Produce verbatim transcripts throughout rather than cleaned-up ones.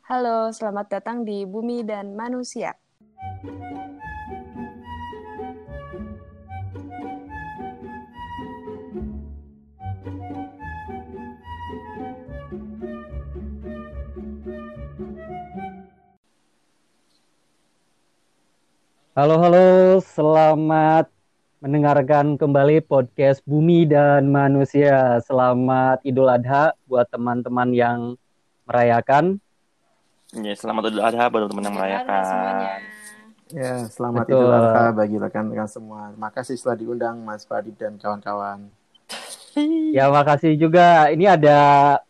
Halo, selamat datang di Bumi dan Manusia. Halo, halo, selamat mendengarkan kembali podcast Bumi dan Manusia. Selamat Idul Adha buat teman-teman yang merayakan. Ya, selamat Idul Adha buat teman-teman yang merayakan. Ya, selamat Betul. Idul Adha bagi rekan-rekan semua. Terima kasih setelah diundang Mas Fadid dan kawan-kawan. Ya, makasih juga. Ini ada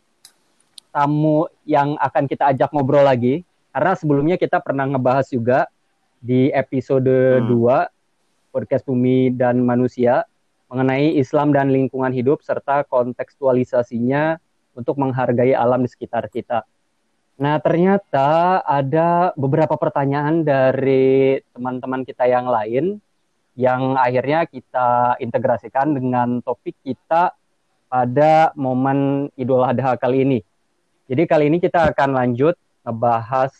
tamu yang akan kita ajak ngobrol lagi. Karena sebelumnya kita pernah ngebahas juga di episode Hmm. dua podcast Bumi dan Manusia mengenai Islam dan lingkungan hidup serta kontekstualisasinya untuk menghargai alam di sekitar kita. Nah, ternyata ada beberapa pertanyaan dari teman-teman kita yang lain yang akhirnya kita integrasikan dengan topik kita pada momen Idul Adha kali ini. Jadi kali ini kita akan lanjut ngebahas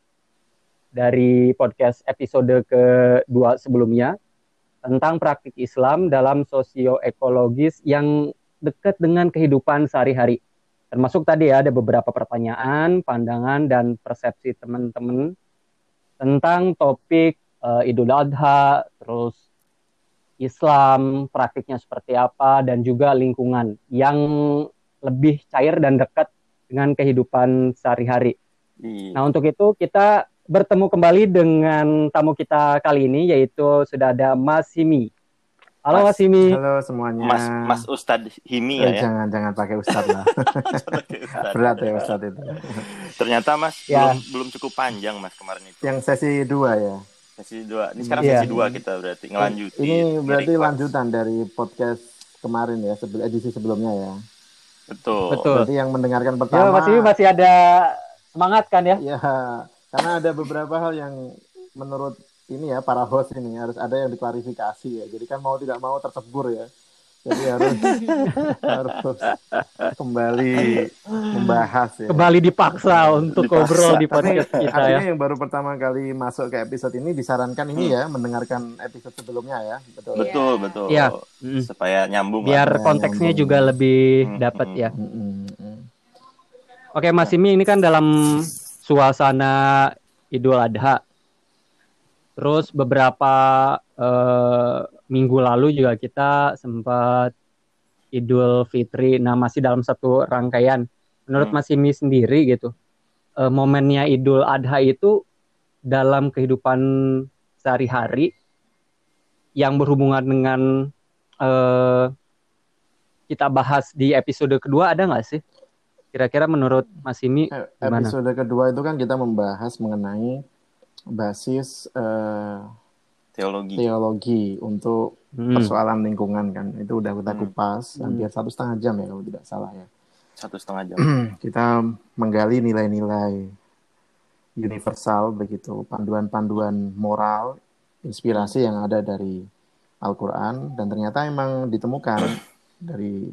dari podcast episode kedua sebelumnya tentang praktik Islam dalam sosioekologis yang dekat dengan kehidupan sehari-hari. Termasuk tadi ya ada beberapa pertanyaan, pandangan, dan persepsi teman-teman tentang topik uh, Idul Adha, terus Islam, praktiknya seperti apa, dan juga lingkungan yang lebih cair dan dekat dengan kehidupan sehari-hari. Iya. Nah, untuk itu kita bertemu kembali dengan tamu kita kali ini, yaitu sudah ada Mas Himi. Halo Mas, Mas Himi. Halo semuanya. Mas Mas Ustadz Himi oh, ya. Jangan jangan pakai Ustadz lah. Ustadz. Berat ya Ustadz itu. Ternyata Mas ya. belum belum cukup panjang Mas kemarin itu. Yang sesi dua ya. Sesi dua. Ini sekarang ya. sesi dua kita berarti ngelanjutin. Ini berarti nge-request. lanjutan dari podcast kemarin ya, edisi sebelumnya ya. Betul. Betul. Berarti yang mendengarkan Ya, pertama. Mas Himi masih ada semangat kan ya? Ya, karena ada beberapa hal yang menurut ini ya para host ini harus ada yang diklarifikasi ya. Jadi kan mau tidak mau tersebur ya. Jadi harus harus kembali membahas ya. Kembali dipaksa untuk Dipaksa. ngobrol di podcast Tapi, kita artinya ya. yang baru pertama kali masuk ke episode ini disarankan ini ya mendengarkan episode sebelumnya ya. Betul. Betul, betul. Iya. Supaya nyambung Biar lah. konteksnya nyambung. juga lebih Hmm, dapat hmm. ya. Mm, mm, mm. Oke, Mas Himi, ini kan dalam suasana Idul Adha. Terus beberapa eh, minggu lalu juga kita sempat Idul Fitri. Nah, masih dalam satu rangkaian. Menurut Hmm. Mas Himi sendiri gitu, eh, momennya Idul Adha itu dalam kehidupan sehari-hari yang berhubungan dengan eh, kita bahas di episode kedua, ada nggak sih? Kira-kira menurut Mas Himi Eh, gimana? Episode kedua itu kan kita membahas mengenai basis eh, Teologi. teologi untuk Hmm. persoalan lingkungan kan. Itu udah kita Hmm. kupas Hmm. hampir satu setengah jam ya kalau tidak salah ya. Satu setengah jam. Kita menggali nilai-nilai universal begitu, panduan-panduan moral, inspirasi yang ada dari Al-Quran, dan ternyata emang ditemukan dari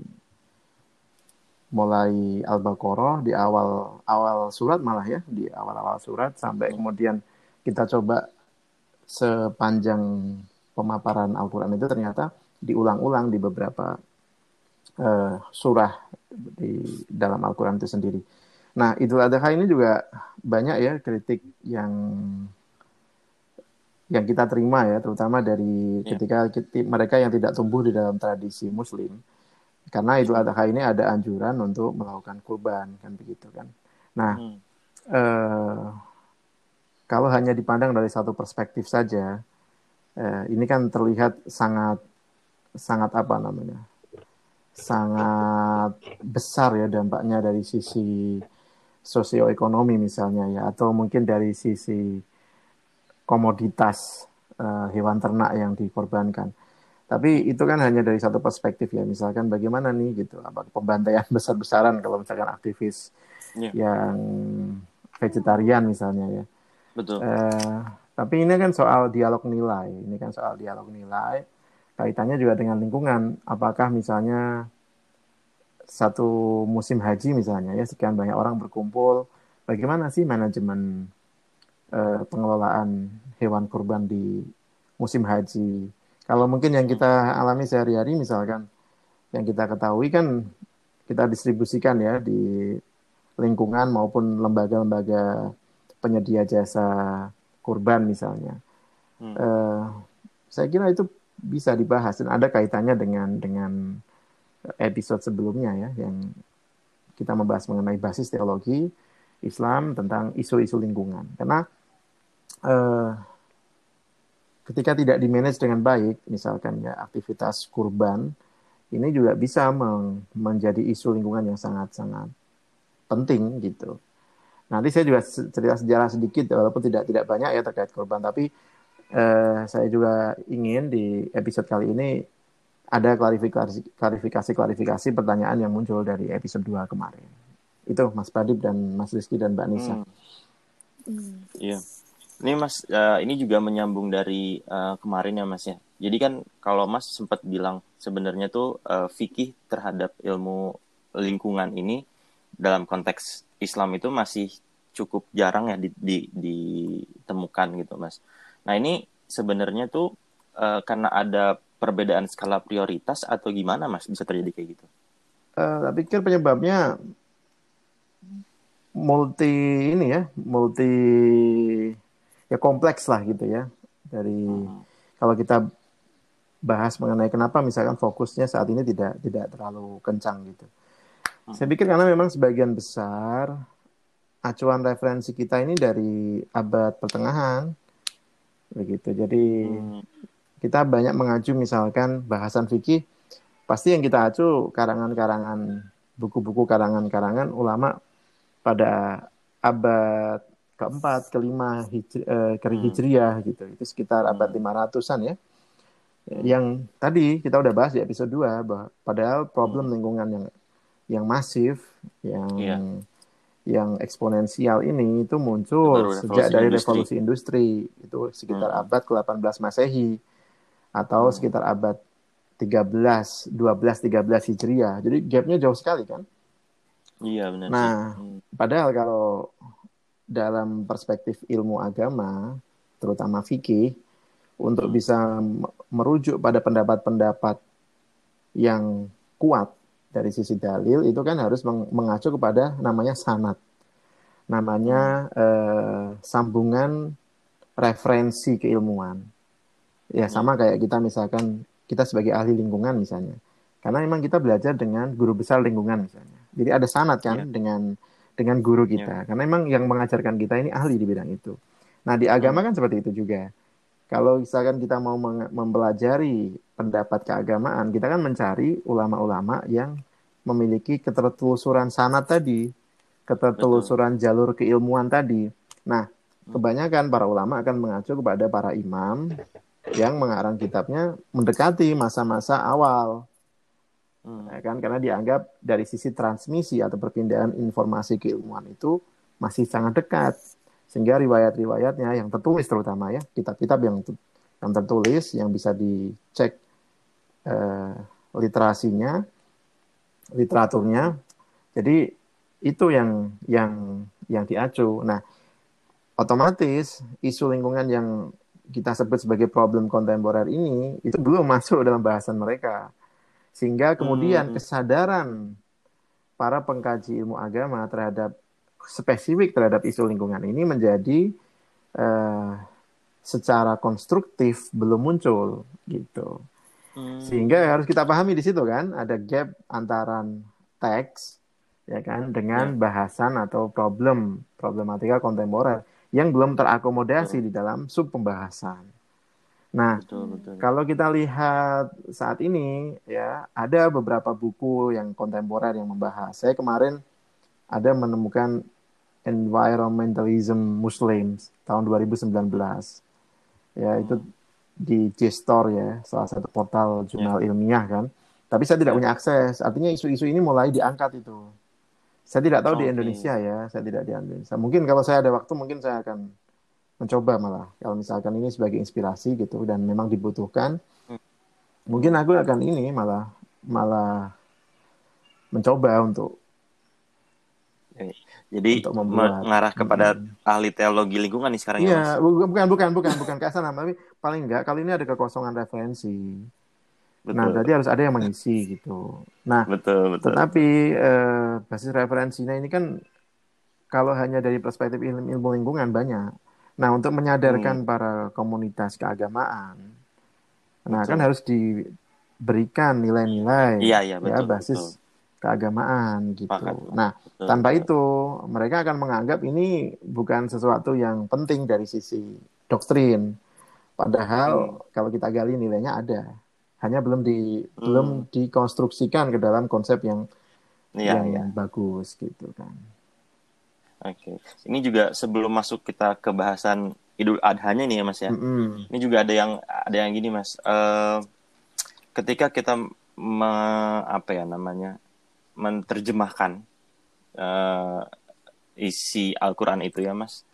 mulai Al-Baqarah di awal awal surat malah ya, di awal-awal surat sampai kemudian kita coba sepanjang pemaparan Al-Quran itu ternyata diulang-ulang di beberapa uh, surah di dalam Al-Quran itu sendiri. Nah, Idul Adha ini juga banyak ya kritik yang yang kita terima ya, terutama dari Ya. ketika kita, mereka yang tidak tumbuh di dalam tradisi Muslim. Karena Idul Adha ini ada anjuran untuk melakukan kurban kan begitu kan. Nah, Hmm. eh, kalau hanya dipandang dari satu perspektif saja, eh, ini kan terlihat sangat sangat apa namanya, sangat besar ya dampaknya dari sisi sosioekonomi misalnya ya, atau mungkin dari sisi komoditas eh, hewan ternak yang dikorbankan. Tapi itu kan hanya dari satu perspektif ya. Misalkan bagaimana nih gitu, apa pembantaian besar-besaran kalau misalkan aktivis Ya. yang vegetarian misalnya ya. Betul. Eh, tapi ini kan soal dialog nilai. Ini kan soal dialog nilai. Kaitannya juga dengan lingkungan. Apakah misalnya satu musim haji misalnya ya, sekian banyak orang berkumpul bagaimana sih manajemen eh, pengelolaan hewan kurban di musim haji. Kalau mungkin yang kita alami sehari-hari misalkan yang kita ketahui kan kita distribusikan ya di lingkungan maupun lembaga-lembaga penyedia jasa kurban misalnya. Hmm. Eh, saya kira itu bisa dibahas dan ada kaitannya dengan dengan episode sebelumnya ya yang kita membahas mengenai basis teologi Islam tentang isu-isu lingkungan. Karena eh, ketika tidak dimanage dengan baik, misalkan ya aktivitas kurban, ini juga bisa men- menjadi isu lingkungan yang sangat-sangat penting gitu. Nanti saya juga cerita sejarah sedikit, walaupun tidak tidak banyak ya terkait kurban, tapi eh, saya juga ingin di episode kali ini ada klarifikasi klarifikasi klarifikasi pertanyaan yang muncul dari episode dua kemarin. Itu Mas Pradip dan Mas Rizky dan Mbak Nisa. Hmm. Iya. Ini Mas, eh, ini juga menyambung dari eh, kemarin ya Mas ya. Jadi kan kalau Mas sempat bilang sebenarnya tuh eh, fikih terhadap ilmu lingkungan ini dalam konteks Islam itu masih cukup jarang ya di, di, ditemukan gitu Mas. Nah ini sebenarnya tuh eh, karena ada perbedaan skala prioritas atau gimana Mas bisa terjadi kayak gitu? Eh, saya pikir penyebabnya multi ini ya, multi ya kompleks lah gitu ya. Dari Hmm. kalau kita bahas mengenai kenapa misalkan fokusnya saat ini tidak tidak terlalu kencang gitu. Saya pikir karena memang sebagian besar acuan referensi kita ini dari abad pertengahan begitu. Jadi Hmm. kita banyak mengacu misalkan bahasan fikih, pasti yang kita acu karangan-karangan buku-buku karangan-karangan ulama pada abad keempat, kelima hijri, eh, ke Hmm. hijriah gitu. Itu sekitar abad Hmm. lima ratusan ya. Hmm. Yang tadi kita udah bahas di episode dua bahwa padahal problem Hmm. lingkungan yang yang masif, yang Iya. yang eksponensial ini itu Itu muncul baru sejak revolusi dari industri. revolusi industri. Itu sekitar Hmm. abad ke delapan belas Masehi atau Hmm. sekitar abad tiga belas, dua belas, tiga belas Hijriah. Jadi gapnya jauh sekali kan. Iya benar sih. Nah, Hmm. padahal kalau dalam perspektif ilmu agama, terutama fikih, untuk Hmm. bisa merujuk pada pendapat-pendapat yang kuat dari sisi dalil, itu kan harus mengacu kepada namanya sanad. Namanya Hmm. eh, sambungan referensi keilmuan. Ya sama kayak kita misalkan, kita sebagai ahli lingkungan misalnya. Karena memang kita belajar dengan guru besar lingkungan misalnya. Jadi ada sanad kan Iya. dengan dengan guru Iya. kita. Karena memang yang mengajarkan kita ini ahli di bidang itu. Nah di agama Hmm. kan seperti itu juga. Kalau misalkan kita mau meng- mempelajari pendapat keagamaan, kita kan mencari ulama-ulama yang memiliki ketertelusuran sanad tadi, Betul. ketertelusuran jalur keilmuan tadi. Nah, Hmm. kebanyakan para ulama akan mengacu kepada para imam yang mengarang kitabnya mendekati masa-masa awal. Hmm. Ya kan? Karena dianggap dari sisi transmisi atau perpindahan informasi keilmuan itu masih sangat dekat. Sehingga riwayat-riwayatnya yang tertulis terutama ya, kitab-kitab yang yang tertulis yang bisa dicek eh, literasinya, literaturnya. Jadi itu yang yang yang diacu. Nah, otomatis isu lingkungan yang kita sebut sebagai problem kontemporer ini itu belum masuk dalam bahasan mereka. Sehingga kemudian Hmm. kesadaran para pengkaji ilmu agama terhadap spesifik terhadap isu lingkungan ini menjadi eh, secara konstruktif belum muncul gitu. Sehingga Hmm. harus kita pahami di situ kan ada gap antara teks ya kan dengan Ya. bahasan atau problem problematika kontemporer yang belum terakomodasi Betul. di dalam sub pembahasan. Nah, Betul. Betul. kalau kita lihat saat ini ya ada beberapa buku yang kontemporer yang membahas. Saya kemarin ada menemukan Environmentalism Muslims tahun dua ribu sembilan belas. Ya, itu Hmm. di JSTOR ya, salah satu portal Ya. jurnal ilmiah kan. Tapi saya tidak Ya. punya akses. Artinya isu-isu ini mulai diangkat itu. Saya tidak tahu di Oke. Indonesia ya, saya tidak di Indonesia. Mungkin kalau saya ada waktu, mungkin saya akan mencoba malah. Kalau misalkan ini sebagai inspirasi gitu dan memang dibutuhkan, Hmm. mungkin Hmm. aku akan ini malah malah mencoba untuk Jadi untuk membuat mengarah kepada mm-mm. ahli teologi lingkungan nih sekarang ya, Mas. Iya, bu- bukan bukan bukan bukan ke sana, tapi paling enggak kali ini ada kekosongan referensi. Nah, Betul, berarti harus ada yang mengisi gitu. Nah, betul, betul, tetapi betul. eh, basis referensinya ini kan kalau hanya dari perspektif ilmu, ilmu lingkungan banyak. Nah, untuk Hmm, menyadarkan para komunitas keagamaan, nah kan betul. harus diberikan nilai-nilai Iya, iya, ya betul, betul. basis keagamaan Sepakat, gitu. Mas. Nah, Betul, tanpa betul. itu mereka akan menganggap ini bukan sesuatu yang penting dari sisi doktrin. Hmm, Padahal kalau kita gali nilainya ada, hanya belum di hmm. belum dikonstruksikan ke dalam konsep yang Iya, iya. yang bagus gitu kan. Oke. Ini juga sebelum masuk kita ke bahasan Idul Adhanya nih ya, Mas ya. Mm-mm. Ini juga ada yang ada yang gini, Mas. Eh, ketika kita me, apa ya namanya? Menerjemahkan eh, isi Al-Qur'an itu ya, Mas.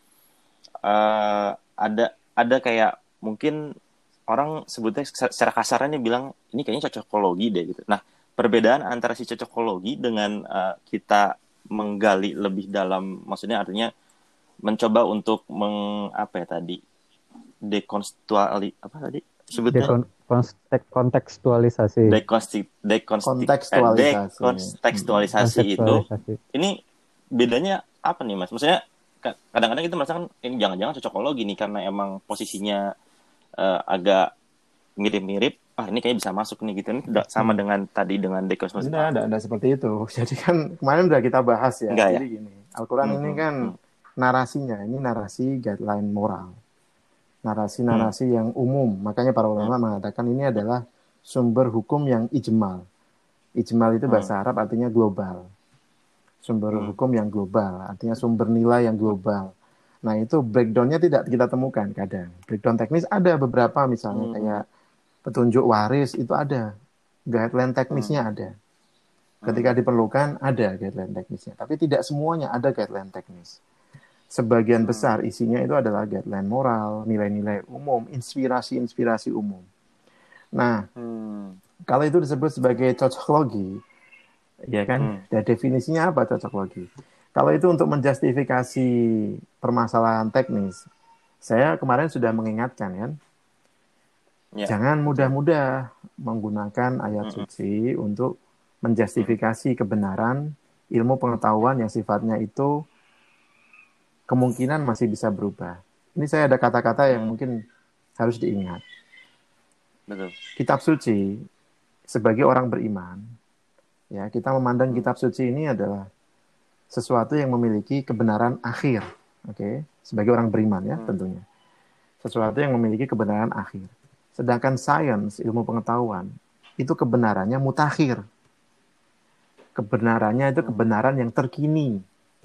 Eh, ada ada kayak mungkin orang sebutnya secara kasarnya bilang ini kayaknya cocokologi deh gitu. Nah, perbedaan antara si cocokologi dengan uh, kita menggali lebih dalam, maksudnya artinya mencoba untuk meng apa ya tadi dekonstruali apa tadi sebutnya Dekon, konstek- kontekstualisasi. dekonsti dekonsti eh, Kontekstualisasi. Mm-mm. dekontekstualisasi itu Kontekstualisasi. ini bedanya apa nih, Mas? Maksudnya kadang-kadang kita merasakan ini jangan-jangan cocokologi nih karena emang posisinya uh, agak mirip-mirip, ah ini kayaknya bisa masuk nih gitu. Ini tidak sama Hmm. dengan tadi dengan dekonstruksi. Enggak, enggak, enggak seperti itu. Jadi kan kemarin udah kita bahas ya. Enggak ya? Jadi gini, Al-Quran Hmm, ini hmm, kan hmm, narasinya, ini narasi guideline moral. hmm, Narasi-narasi yang umum. Makanya para hmm, ulama mengatakan ini adalah sumber hukum yang ijmal. Ijmal itu hmm, bahasa Arab artinya global. Sumber hmm, hukum yang global, artinya sumber nilai yang global. Nah itu breakdown-nya tidak kita temukan kadang. Breakdown teknis ada beberapa misalnya hmm, kayak petunjuk waris itu ada. Guideline teknisnya hmm, ada. Ketika hmm, diperlukan ada guideline teknisnya. Tapi tidak semuanya ada guideline teknis. Sebagian besar hmm, isinya itu adalah guideline moral, nilai-nilai umum, inspirasi-inspirasi umum. Nah, hmm, kalau itu disebut sebagai cocoklogi, ya kan? hmm. Dan definisinya apa cocoklogi? Kalau itu untuk menjustifikasi permasalahan teknis, saya kemarin sudah mengingatkan kan, Ya, jangan betul. mudah-mudah menggunakan ayat Hmm, hmm, suci untuk hmm, menjustifikasi kebenaran ilmu pengetahuan yang sifatnya itu kemungkinan masih bisa berubah. Ini saya ada kata-kata yang hmm, mungkin harus diingat. betul. Kitab suci sebagai orang beriman, ya kita memandang Hmm, kitab suci ini adalah sesuatu yang memiliki kebenaran akhir, oke? Okay? Sebagai orang beriman ya hmm, tentunya. Sesuatu yang memiliki kebenaran akhir. Sedangkan sains, ilmu pengetahuan, itu kebenarannya mutakhir. Kebenarannya itu hmm, kebenaran yang terkini,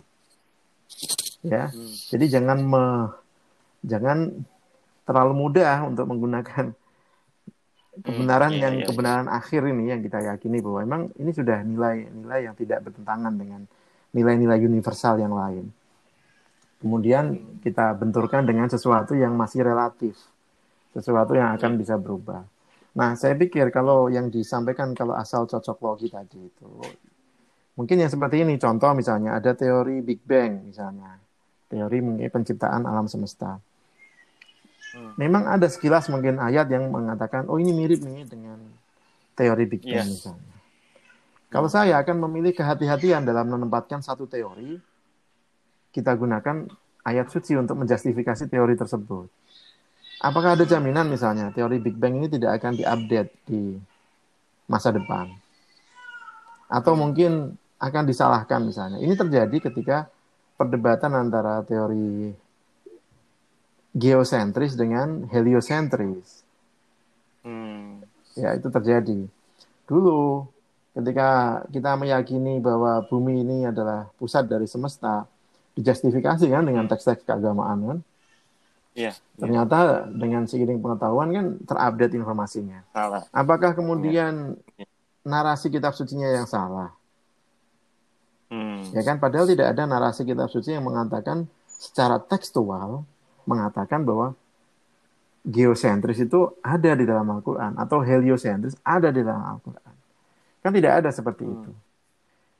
ya. hmm, Jadi jangan me, jangan terlalu mudah untuk menggunakan hmm. kebenaran Iya, yang iya, iya. kebenaran akhir ini yang kita yakini bahwa memang ini sudah nilai-nilai yang tidak bertentangan dengan nilai-nilai universal yang lain. Kemudian kita benturkan dengan sesuatu yang masih relatif, sesuatu yang Iya. akan bisa berubah. Nah, saya pikir Hmm, kalau yang disampaikan kalau asal cocok logi tadi itu, mungkin yang seperti ini, contoh misalnya ada teori Big Bang misalnya, teori mengenai penciptaan alam semesta. hmm. Memang ada sekilas mungkin ayat yang mengatakan, oh ini mirip nih dengan teori Big Iya. Bang misalnya. Kalau Hmm, saya akan memilih kehati-hatian dalam menempatkan satu teori, kita gunakan ayat suci untuk menjustifikasi teori tersebut. Apakah ada hmm, jaminan misalnya teori Big Bang ini tidak akan diupdate di masa depan? Atau hmm, mungkin akan disalahkan misalnya. Ini terjadi ketika perdebatan antara teori geosentris dengan heliosentris. hmm, Ya, itu terjadi. Dulu ketika kita meyakini bahwa bumi ini adalah pusat dari semesta, dijustifikasi kan dengan hmm. teks-teks keagamaan kan. Iya, iya. Ternyata dengan seiring pengetahuan kan terupdate informasinya. Salah. Apakah Iya. kemudian Iya. narasi kitab sucinya yang salah? Hmm, Ya kan, padahal tidak ada narasi kitab suci yang mengatakan secara tekstual mengatakan bahwa geosentris itu ada di dalam Al-Quran atau heliosentris ada di dalam Al-Quran. Kan tidak ada seperti itu. hmm,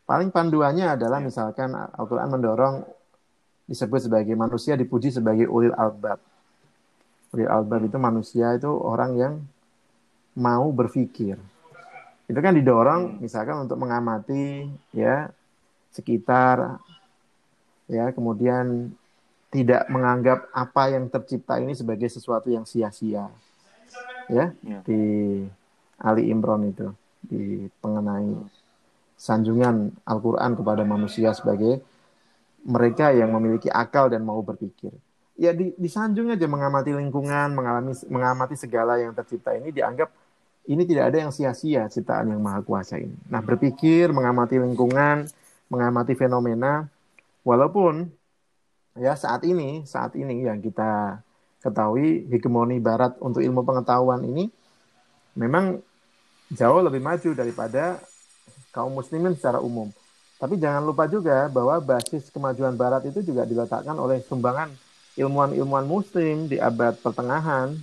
Paling panduannya adalah misalkan Al-Quran mendorong disebut sebagai manusia dipuji sebagai ulil albab. Ulil albab itu manusia itu orang yang mau berpikir. Itu kan didorong misalkan untuk mengamati ya sekitar, ya kemudian tidak menganggap apa yang tercipta ini sebagai sesuatu yang sia-sia. Ya, Ya. di Ali Imran itu di mengenai sanjungan Al-Quran kepada manusia sebagai mereka yang memiliki akal dan mau berpikir. Ya di, disanjung aja mengamati lingkungan, mengalami mengamati segala yang tercipta ini dianggap ini tidak ada yang sia-sia ciptaan yang maha kuasa ini. Nah, berpikir, mengamati lingkungan, mengamati fenomena, walaupun ya saat ini, saat ini yang kita ketahui hegemoni Barat untuk ilmu pengetahuan ini memang jauh lebih maju daripada kaum muslimin secara umum. Tapi jangan lupa juga bahwa basis kemajuan Barat itu juga diletakkan oleh sumbangan ilmuwan-ilmuwan muslim di abad pertengahan.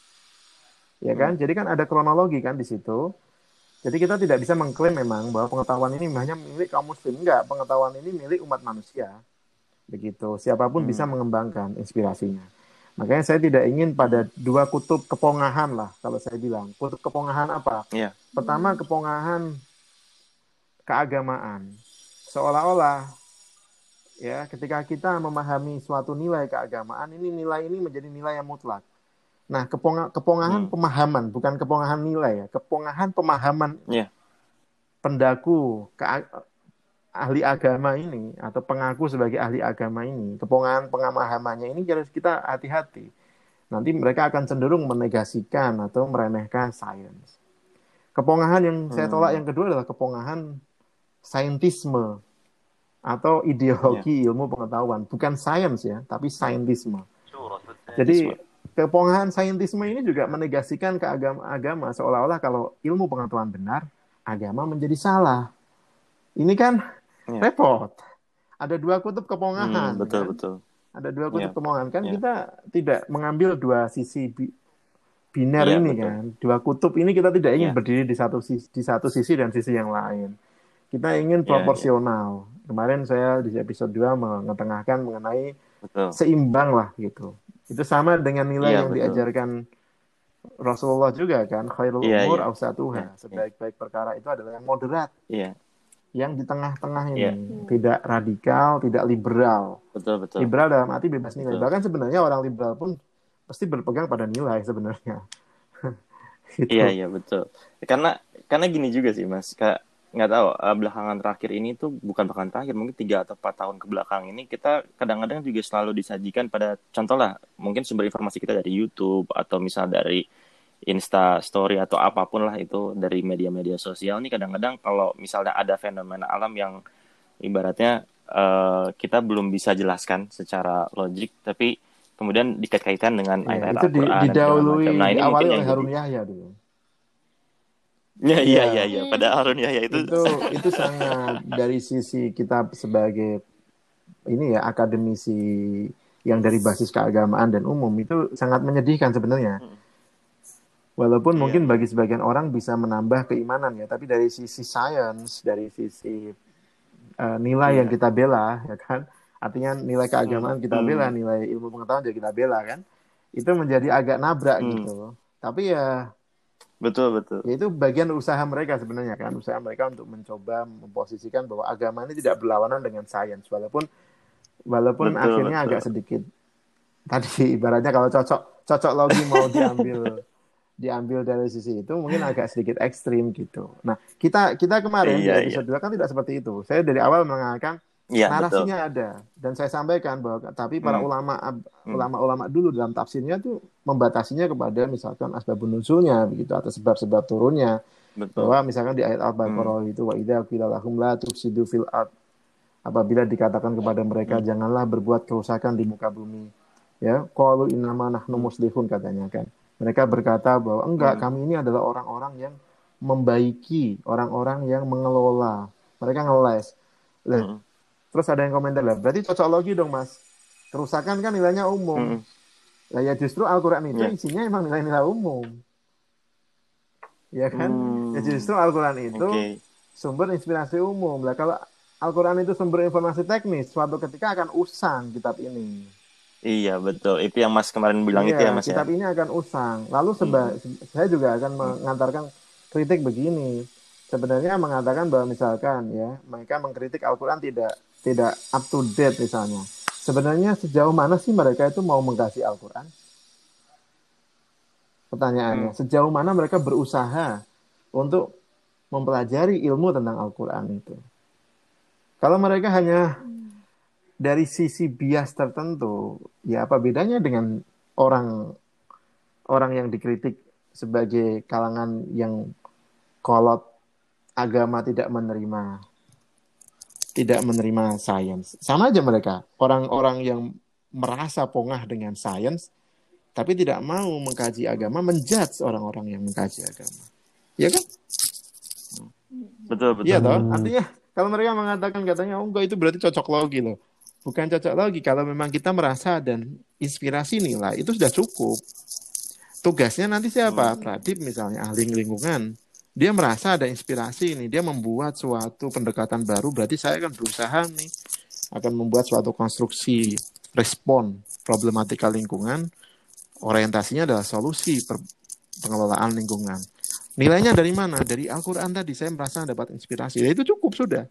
Ya kan? Jadi kan ada kronologi kan di situ. Jadi kita tidak bisa mengklaim memang bahwa pengetahuan ini hanya milik kaum muslim. Enggak, pengetahuan ini milik umat manusia. Begitu. Siapapun hmm. bisa mengembangkan inspirasinya. Makanya saya tidak ingin pada dua kutub kepongahan lah kalau saya bilang. Kutub kepongahan apa? Yeah. Pertama, kepongahan keagamaan. Seolah-olah ya ketika kita memahami suatu nilai keagamaan, ini nilai ini menjadi nilai yang mutlak. Nah, keponga, kepongahan hmm. pemahaman, bukan kepongahan nilai ya, kepongahan pemahaman yeah. pendaku ke, ahli agama ini atau pengaku sebagai ahli agama ini, kepongahan pemahamannya ini harus kita hati-hati. Nanti mereka akan cenderung menegasikan atau meremehkan sains. Kepongahan yang hmm. saya tolak yang kedua adalah kepongahan saintisme atau ideologi yeah. ilmu pengetahuan, bukan sains ya, tapi saintisme. Jadi kepongahan saintisme ini juga menegasikan ke agama-agama seolah-olah kalau ilmu pengetahuan benar, agama menjadi salah. Ini kan ya. repot. Ada dua kutub kepongahan. Hmm, betul kan? betul. Ada dua kutub ya. kepongahan kan ya. kita tidak mengambil dua sisi bi- biner ya, ini betul. kan. Dua kutub ini kita tidak ingin ya. berdiri di satu sisi, di satu sisi dan sisi yang lain. Kita ingin proporsional. Ya, ya. Kemarin saya di episode dua mengetengahkan mengenai betul. seimbang lah gitu. Itu sama dengan nilai ya, yang betul. diajarkan Rasulullah juga kan, khairul ya, umur ya. awsatuha. Ya, sebaik-baik perkara itu adalah yang moderat. Ya. Yang di tengah-tengah ini, ya. tidak radikal, tidak liberal. Betul, betul. Liberal dalam arti bebas nilai. Betul. Bahkan sebenarnya orang liberal pun pasti berpegang pada nilai sebenarnya. gitu. Iya, iya, betul. Karena karena gini juga sih, Mas. Kayak nggak tahu uh, belakangan terakhir ini tuh bukan belakangan terakhir mungkin tiga atau empat tahun ke belakang ini kita kadang-kadang juga selalu disajikan pada contoh lah mungkin sumber informasi kita dari YouTube atau misal dari Insta Story atau apapun lah itu dari media-media sosial nih kadang-kadang kalau misalnya ada fenomena alam yang ibaratnya uh, kita belum bisa jelaskan secara logik tapi kemudian dikait-kaitkan dengan ya, ayat-ayat itu Al-Quran di, didahului nah, ini awali oleh yang Harun jadi... Yahya dulu. Ya, iya, iya, iya. Pada Harun Yahya itu itu itu sangat dari sisi kita sebagai ini ya akademisi yang dari basis keagamaan dan umum itu sangat menyedihkan sebenarnya. Walaupun yeah. mungkin bagi sebagian orang bisa menambah keimanan ya, tapi dari sisi sains, dari sisi uh, nilai yeah. yang kita bela, ya kan, artinya nilai keagamaan kita bela, mm. nilai ilmu pengetahuan juga kita bela kan, itu menjadi agak nabrak mm. gitu. Tapi ya betul betul. Ya itu bagian usaha mereka sebenarnya kan, usaha mereka untuk mencoba memposisikan bahwa agama ini tidak berlawanan dengan sains, walaupun walaupun betul, akhirnya betul. agak sedikit tadi ibaratnya kalau cocok cocok logi mau diambil diambil dari sisi itu mungkin agak sedikit ekstrim gitu. Nah kita kita kemarin iya, di episode dua iya. kan tidak seperti itu. Saya dari awal mengatakan ya, narasinya betul. ada dan saya sampaikan bahwa tapi para hmm. ulama hmm. ulama-ulama dulu dalam tafsirnya tuh membatasinya kepada misalkan asbabun nuzulnya begitu atau sebab-sebab turunnya. Betul. Bahwa misalkan di ayat Al-Baqarah hmm. itu wa idza qila lahum la tufsidu fil ard apabila dikatakan kepada mereka hmm. janganlah berbuat kerusakan di muka bumi. Ya, qalu innama nahnu muslihun katanya kan. Mereka berkata bahwa enggak hmm. kami ini adalah orang-orang yang membaiki, orang-orang yang mengelola. Mereka ngeles. Hmm. Terus ada yang komentar lah, berarti cocok logi dong mas. Kerusakan kan nilainya umum. Mm. Nah ya justru Al-Quran itu yeah. isinya emang nilai-nilai umum. Ya kan? Mm. Ya justru Al-Quran itu okay. sumber inspirasi umum. Lah kalau Al-Quran itu sumber informasi teknis, suatu ketika akan usang kitab ini. Iya betul, itu yang Mas kemarin bilang Iya, itu ya Mas kitab ya. ini akan usang. Lalu seba, Hmm. saya juga akan mengantarkan kritik begini. Sebenarnya mengatakan bahwa misalkan ya mereka mengkritik Al-Quran tidak tidak up to date misalnya. Sebenarnya sejauh mana sih mereka itu mau mengkaji Al-Quran? Pertanyaannya, Hmm. sejauh mana mereka berusaha untuk mempelajari ilmu tentang Al-Quran itu? Kalau mereka hanya dari sisi bias tertentu, ya apa bedanya dengan orang orang yang dikritik sebagai kalangan yang kolot agama tidak menerima tidak menerima sains. Sama aja mereka, orang-orang yang merasa pongah dengan sains tapi tidak mau mengkaji agama, menjudge orang-orang yang mengkaji agama. Ya kan? Betul betul. Iya toh? Hmm. Artinya kalau mereka mengatakan katanya oh enggak itu berarti cocok logi loh. Bukan cocok logi kalau memang kita merasa dan inspirasi nilai itu sudah cukup. Tugasnya nanti siapa? Pradip misalnya ahli lingkungan. Dia merasa ada inspirasi nih, dia membuat suatu pendekatan baru, berarti saya akan berusaha nih akan membuat suatu konstruksi respon problematika lingkungan, orientasinya adalah solusi per- pengelolaan lingkungan. Nilainya dari mana? Dari Al-Quran tadi, saya merasa dapat inspirasi. Ya, itu cukup sudah.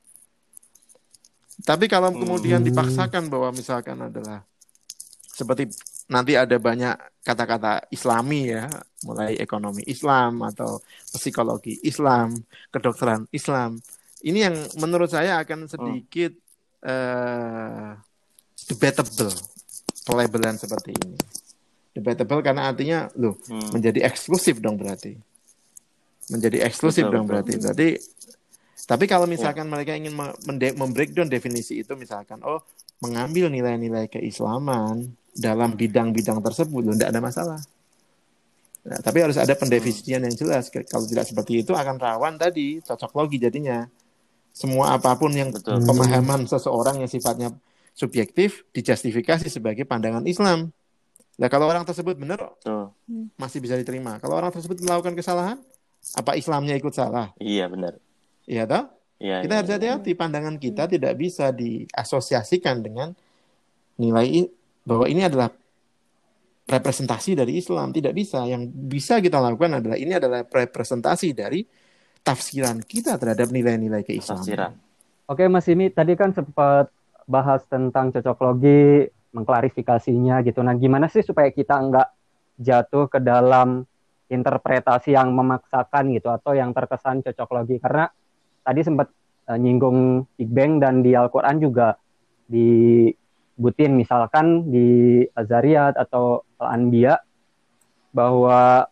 Tapi kalau kemudian dipaksakan bahwa misalkan adalah seperti nanti ada banyak kata-kata Islami ya, mulai ekonomi Islam atau psikologi Islam, kedokteran Islam. Ini yang menurut saya akan sedikit uh, debatable pelabelan seperti ini. Debatable karena artinya loh Hmm. menjadi eksklusif dong berarti. Menjadi eksklusif Betul, dong betul. berarti. Berarti tapi kalau misalkan ya. mereka ingin membreakdown definisi itu misalkan oh mengambil nilai-nilai keislaman dalam bidang-bidang tersebut, loh, tidak ada masalah. Nah, tapi harus ada pendefinisian yang jelas. Kalau tidak seperti itu akan rawan tadi cocok logi jadinya. Semua apapun yang Betul. pemahaman seseorang yang sifatnya subjektif dijustifikasi sebagai pandangan Islam. Nah, kalau orang tersebut benar, Betul. masih bisa diterima. Kalau orang tersebut melakukan kesalahan, apa Islamnya ikut salah? Iya benar. Iya toh? Iya, kita iya, harus iya. hati-hati. Pandangan kita tidak bisa diasosiasikan dengan nilai bahwa ini adalah representasi dari Islam. Tidak bisa. Yang bisa kita lakukan adalah ini adalah representasi dari tafsiran kita terhadap nilai-nilai keislaman. Tafsiran. Oke Mas Imi, tadi kan sempat bahas tentang cocok logi, mengklarifikasinya gitu. Nah gimana sih supaya kita nggak jatuh ke dalam interpretasi yang memaksakan gitu atau yang terkesan cocok logi? Karena tadi sempat uh, nyinggung Big Bang dan di Al-Quran juga disebutin misalkan di Az-Zariyat atau Al-Anbiya bahwa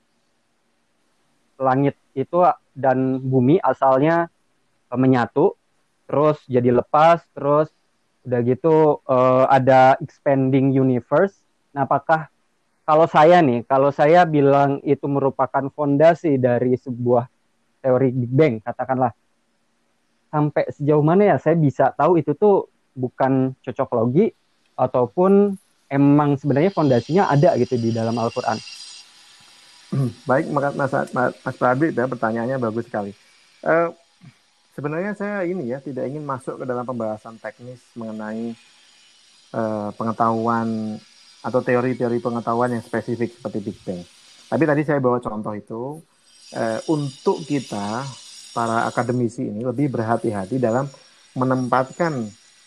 langit itu dan bumi asalnya uh, menyatu, terus jadi lepas, terus udah gitu uh, ada expanding universe. Nah, apakah kalau saya nih, kalau saya bilang itu merupakan fondasi dari sebuah teori Big Bang, katakanlah, sampai sejauh mana ya saya bisa tahu itu tuh bukan cocok logi ataupun emang sebenarnya fondasinya ada gitu di dalam Al-Quran. Baik, Mas Mas, Mas Pradip ya, pertanyaannya bagus sekali. Uh, sebenarnya saya ini ya tidak ingin masuk ke dalam pembahasan teknis mengenai uh, pengetahuan atau teori-teori pengetahuan yang spesifik seperti Big Bang. Tapi tadi saya bawa contoh itu uh, untuk kita para akademisi ini lebih berhati-hati dalam menempatkan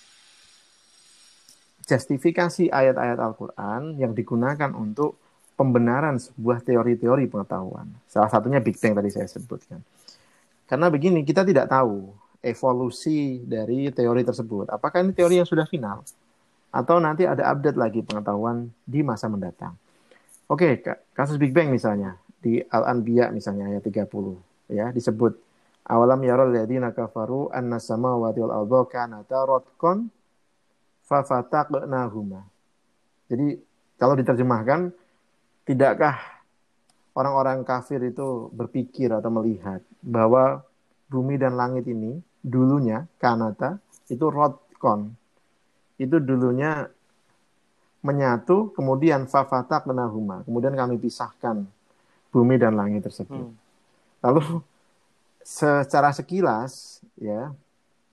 justifikasi ayat-ayat Al-Quran yang digunakan untuk pembenaran sebuah teori-teori pengetahuan. Salah satunya Big Bang tadi saya sebutkan. Karena begini, kita tidak tahu evolusi dari teori tersebut. Apakah ini teori yang sudah final? Atau nanti ada update lagi pengetahuan di masa mendatang. Oke, kasus Big Bang misalnya. Di Al-Anbiya misalnya ayat tiga puluh. Ya, disebut. Awalam yarul ladina kafaru anna samawati wal arda kanata ratqan fafataqnahuma. Jadi kalau diterjemahkan, tidakkah orang-orang kafir itu berpikir atau melihat bahwa bumi dan langit ini dulunya kanata itu rotkon, itu dulunya menyatu, kemudian fafataqnahuma, kemudian kami pisahkan bumi dan langit tersebut. Hmm. Lalu secara sekilas ya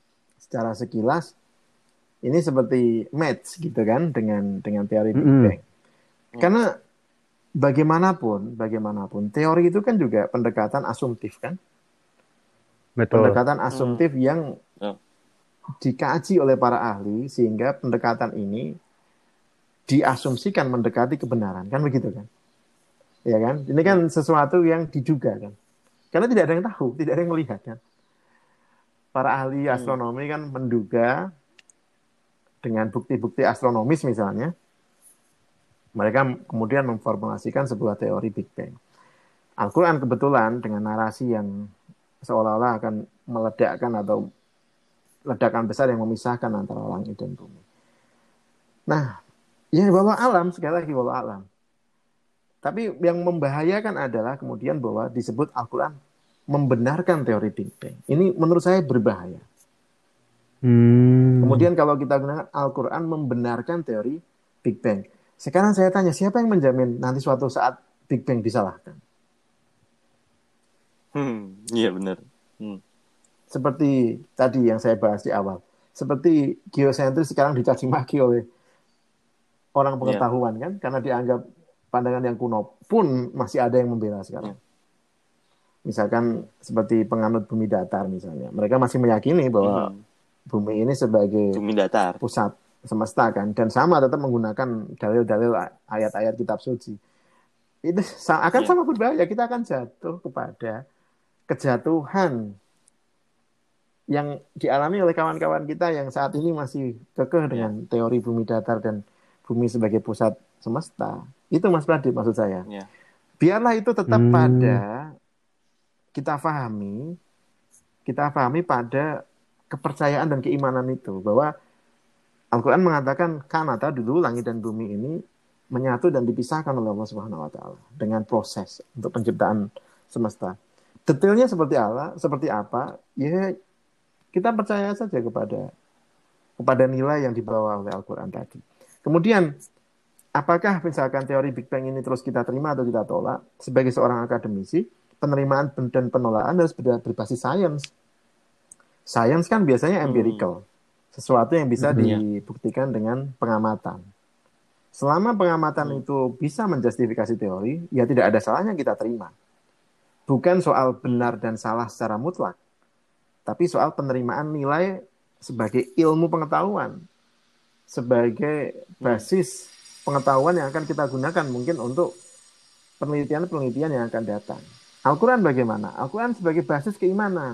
secara sekilas ini seperti match gitu kan dengan dengan teori Big Mm-mm. Bang. Karena bagaimanapun, bagaimanapun teori itu kan juga pendekatan asumtif kan? Betul. Pendekatan asumtif Hmm. yang Oh. dikaji oleh para ahli sehingga pendekatan ini diasumsikan mendekati kebenaran, kan begitu kan? Ya kan? Ini kan sesuatu yang diduga kan? Karena tidak ada yang tahu, tidak ada yang melihat kan? Para ahli astronomi kan menduga dengan bukti-bukti astronomis misalnya, mereka kemudian memformulasikan sebuah teori Big Bang. Al-Quran kebetulan dengan narasi yang seolah-olah akan meledakkan atau ledakan besar yang memisahkan antara langit dan bumi. Nah, ya wallahu alam, sekali lagi wallahu alam. Tapi yang membahayakan adalah kemudian bahwa disebut Al-Quran membenarkan teori Big Bang. Ini menurut saya berbahaya. Hmm. Kemudian kalau kita gunakan Al-Quran membenarkan teori Big Bang. Sekarang saya tanya, siapa yang menjamin nanti suatu saat Big Bang disalahkan? Hmm, iya benar. Hmm. Seperti tadi yang saya bahas di awal. Seperti geosentris sekarang dicaci maki oleh orang pengetahuan yeah. kan? Karena dianggap pandangan yang kuno pun masih ada yang membela sekarang. Yeah. Misalkan seperti penganut bumi datar misalnya. Mereka masih meyakini bahwa hmm. bumi ini sebagai bumi datar. Pusat semesta kan. Dan sama tetap menggunakan dalil-dalil ayat-ayat kitab suci. Itu akan yeah. sama berbahaya. Kita akan jatuh kepada kejatuhan yang dialami oleh kawan-kawan kita yang saat ini masih kekeh dengan yeah. teori bumi datar dan bumi sebagai pusat semesta. Itu Mas Pradip maksud saya. Yeah. Biarlah itu tetap hmm. pada kita pahami, kita pahami pada kepercayaan dan keimanan itu bahwa Al-Quran mengatakan kanata dulu langit dan bumi ini menyatu dan dipisahkan oleh Allah Subhanahu Wa Taala dengan proses untuk penciptaan semesta. Detailnya seperti apa? Seperti apa? Ya kita percaya saja kepada kepada nilai yang dibawa oleh Al-Quran tadi. Kemudian, apakah misalkan teori Big Bang ini terus kita terima atau kita tolak? Sebagai seorang akademisi, penerimaan dan penolakan harus berbasis sains. Sains kan biasanya empirical. Sesuatu yang bisa hmm, dibuktikan dengan pengamatan. Selama pengamatan hmm. itu bisa menjustifikasi teori, ya tidak ada salahnya kita terima. Bukan soal benar dan salah secara mutlak, tapi soal penerimaan nilai sebagai ilmu pengetahuan, sebagai basis pengetahuan yang akan kita gunakan mungkin untuk penelitian-penelitian yang akan datang. Al-Quran bagaimana? Al-Quran sebagai basis keimanan,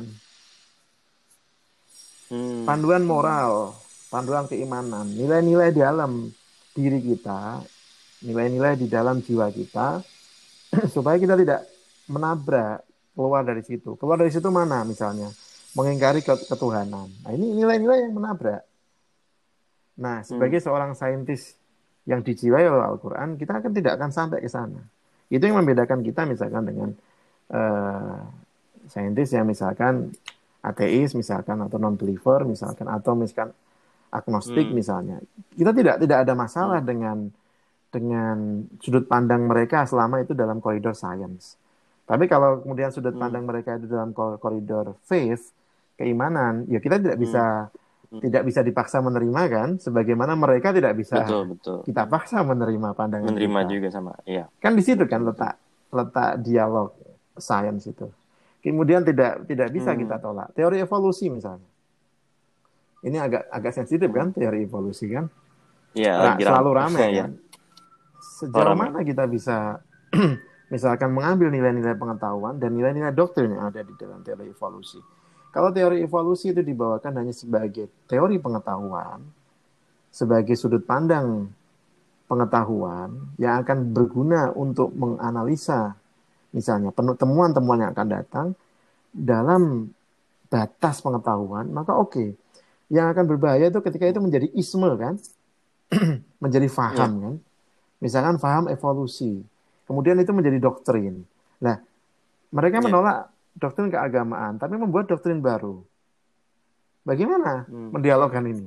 hmm. panduan moral, panduan keimanan, nilai-nilai di dalam diri kita, nilai-nilai di dalam jiwa kita, supaya kita tidak menabrak keluar dari situ. Keluar dari situ mana misalnya? Mengingkari ketuhanan. Nah, ini nilai-nilai yang menabrak. Nah, sebagai hmm. seorang saintis yang dijiwai oleh Al-Quran, kita akan tidak akan sampai ke sana. Itu yang membedakan kita misalkan dengan uh, saintis yang misalkan ateis misalkan atau non-believer misalkan atau misalkan agnostik hmm. misalnya. Kita tidak tidak ada masalah hmm. dengan dengan sudut pandang mereka selama itu dalam koridor sains. Tapi kalau kemudian sudut pandang hmm. mereka itu dalam koridor faith, keimanan, ya kita tidak bisa hmm. tidak bisa dipaksa menerima kan, sebagaimana mereka tidak bisa betul, betul. kita paksa menerima pandangan menerima kita. juga sama, iya. Kan di situ kan letak letak dialog sains itu. Kemudian tidak tidak bisa hmm. kita tolak. Teori evolusi misalnya. Ini agak agak sensitif kan teori evolusi kan? Iya, nah, selalu ramai kan. Sejauh mana kita bisa misalkan mengambil nilai-nilai pengetahuan dan nilai-nilai doktrin yang ada di dalam teori evolusi. Kalau teori evolusi itu dibawakan hanya sebagai teori pengetahuan, sebagai sudut pandang pengetahuan yang akan berguna untuk menganalisa misalnya temuan-temuan yang akan datang dalam batas pengetahuan, maka oke. Okay. Yang akan berbahaya itu ketika itu menjadi isme kan, menjadi faham ya. Kan. Misalkan faham evolusi. Kemudian itu menjadi doktrin. Nah, mereka yeah. menolak doktrin keagamaan, tapi membuat doktrin baru. Bagaimana hmm. mendialogkan ini?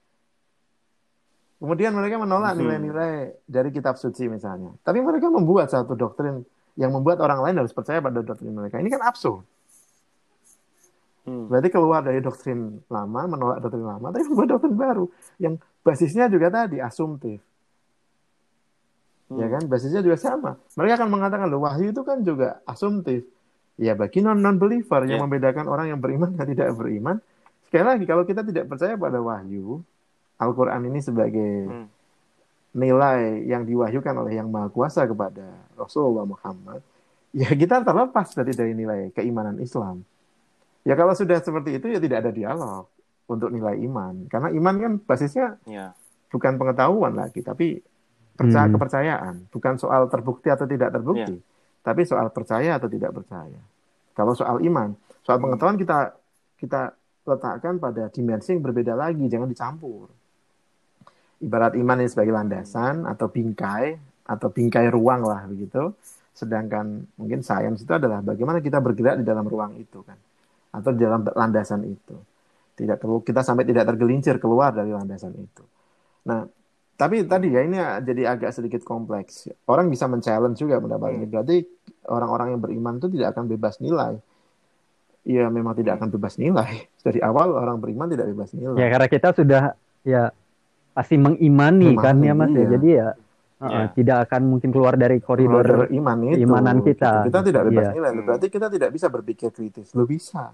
Kemudian mereka menolak hmm. nilai-nilai dari kitab suci misalnya. Tapi mereka membuat satu doktrin yang membuat orang lain harus percaya pada doktrin mereka. Ini kan absurd. Hmm. Berarti keluar dari doktrin lama, menolak doktrin lama, tapi membuat doktrin baru yang basisnya juga tadi asumtif. Hmm. Ya kan, basisnya juga sama. Mereka akan mengatakan, loh, wahyu itu kan juga asumtif. Ya bagi non non believer yeah. yang membedakan orang yang beriman dan tidak beriman. Sekali lagi, kalau kita tidak percaya pada wahyu, Al-Quran ini sebagai hmm. nilai yang diwahyukan oleh Yang Maha Kuasa kepada Rasulullah Muhammad, ya kita terlepas dari dari nilai keimanan Islam. Ya kalau sudah seperti itu ya tidak ada dialog untuk nilai iman. Karena iman kan basisnya yeah. bukan pengetahuan lagi, tapi percaya hmm. kepercayaan. Bukan soal terbukti atau tidak terbukti, yeah. tapi soal percaya atau tidak percaya. Kalau soal iman, soal hmm. pengetahuan kita kita letakkan pada dimensi yang berbeda lagi, jangan dicampur. Ibarat iman ini sebagai landasan atau bingkai atau bingkai ruang lah begitu. Sedangkan mungkin sains itu adalah bagaimana kita bergerak di dalam ruang itu kan. Atau di dalam landasan itu. Tidak perlu kita sampai tidak tergelincir keluar dari landasan itu. Nah, tapi tadi ya ini jadi agak sedikit kompleks. Orang bisa men-challenge juga pendapat ini. Berarti orang-orang yang beriman itu tidak akan bebas nilai. Ya memang tidak akan bebas nilai. Dari awal orang beriman tidak bebas nilai. Ya karena kita sudah ya pasti mengimani, mengimani kan ya Mas iya. ya. Jadi ya yeah. uh, tidak akan mungkin keluar dari koridor keluar iman itu. Keimanan kita. Gitu. Kita tidak bebas yeah. nilai. Berarti kita tidak bisa berpikir kritis. Lo bisa.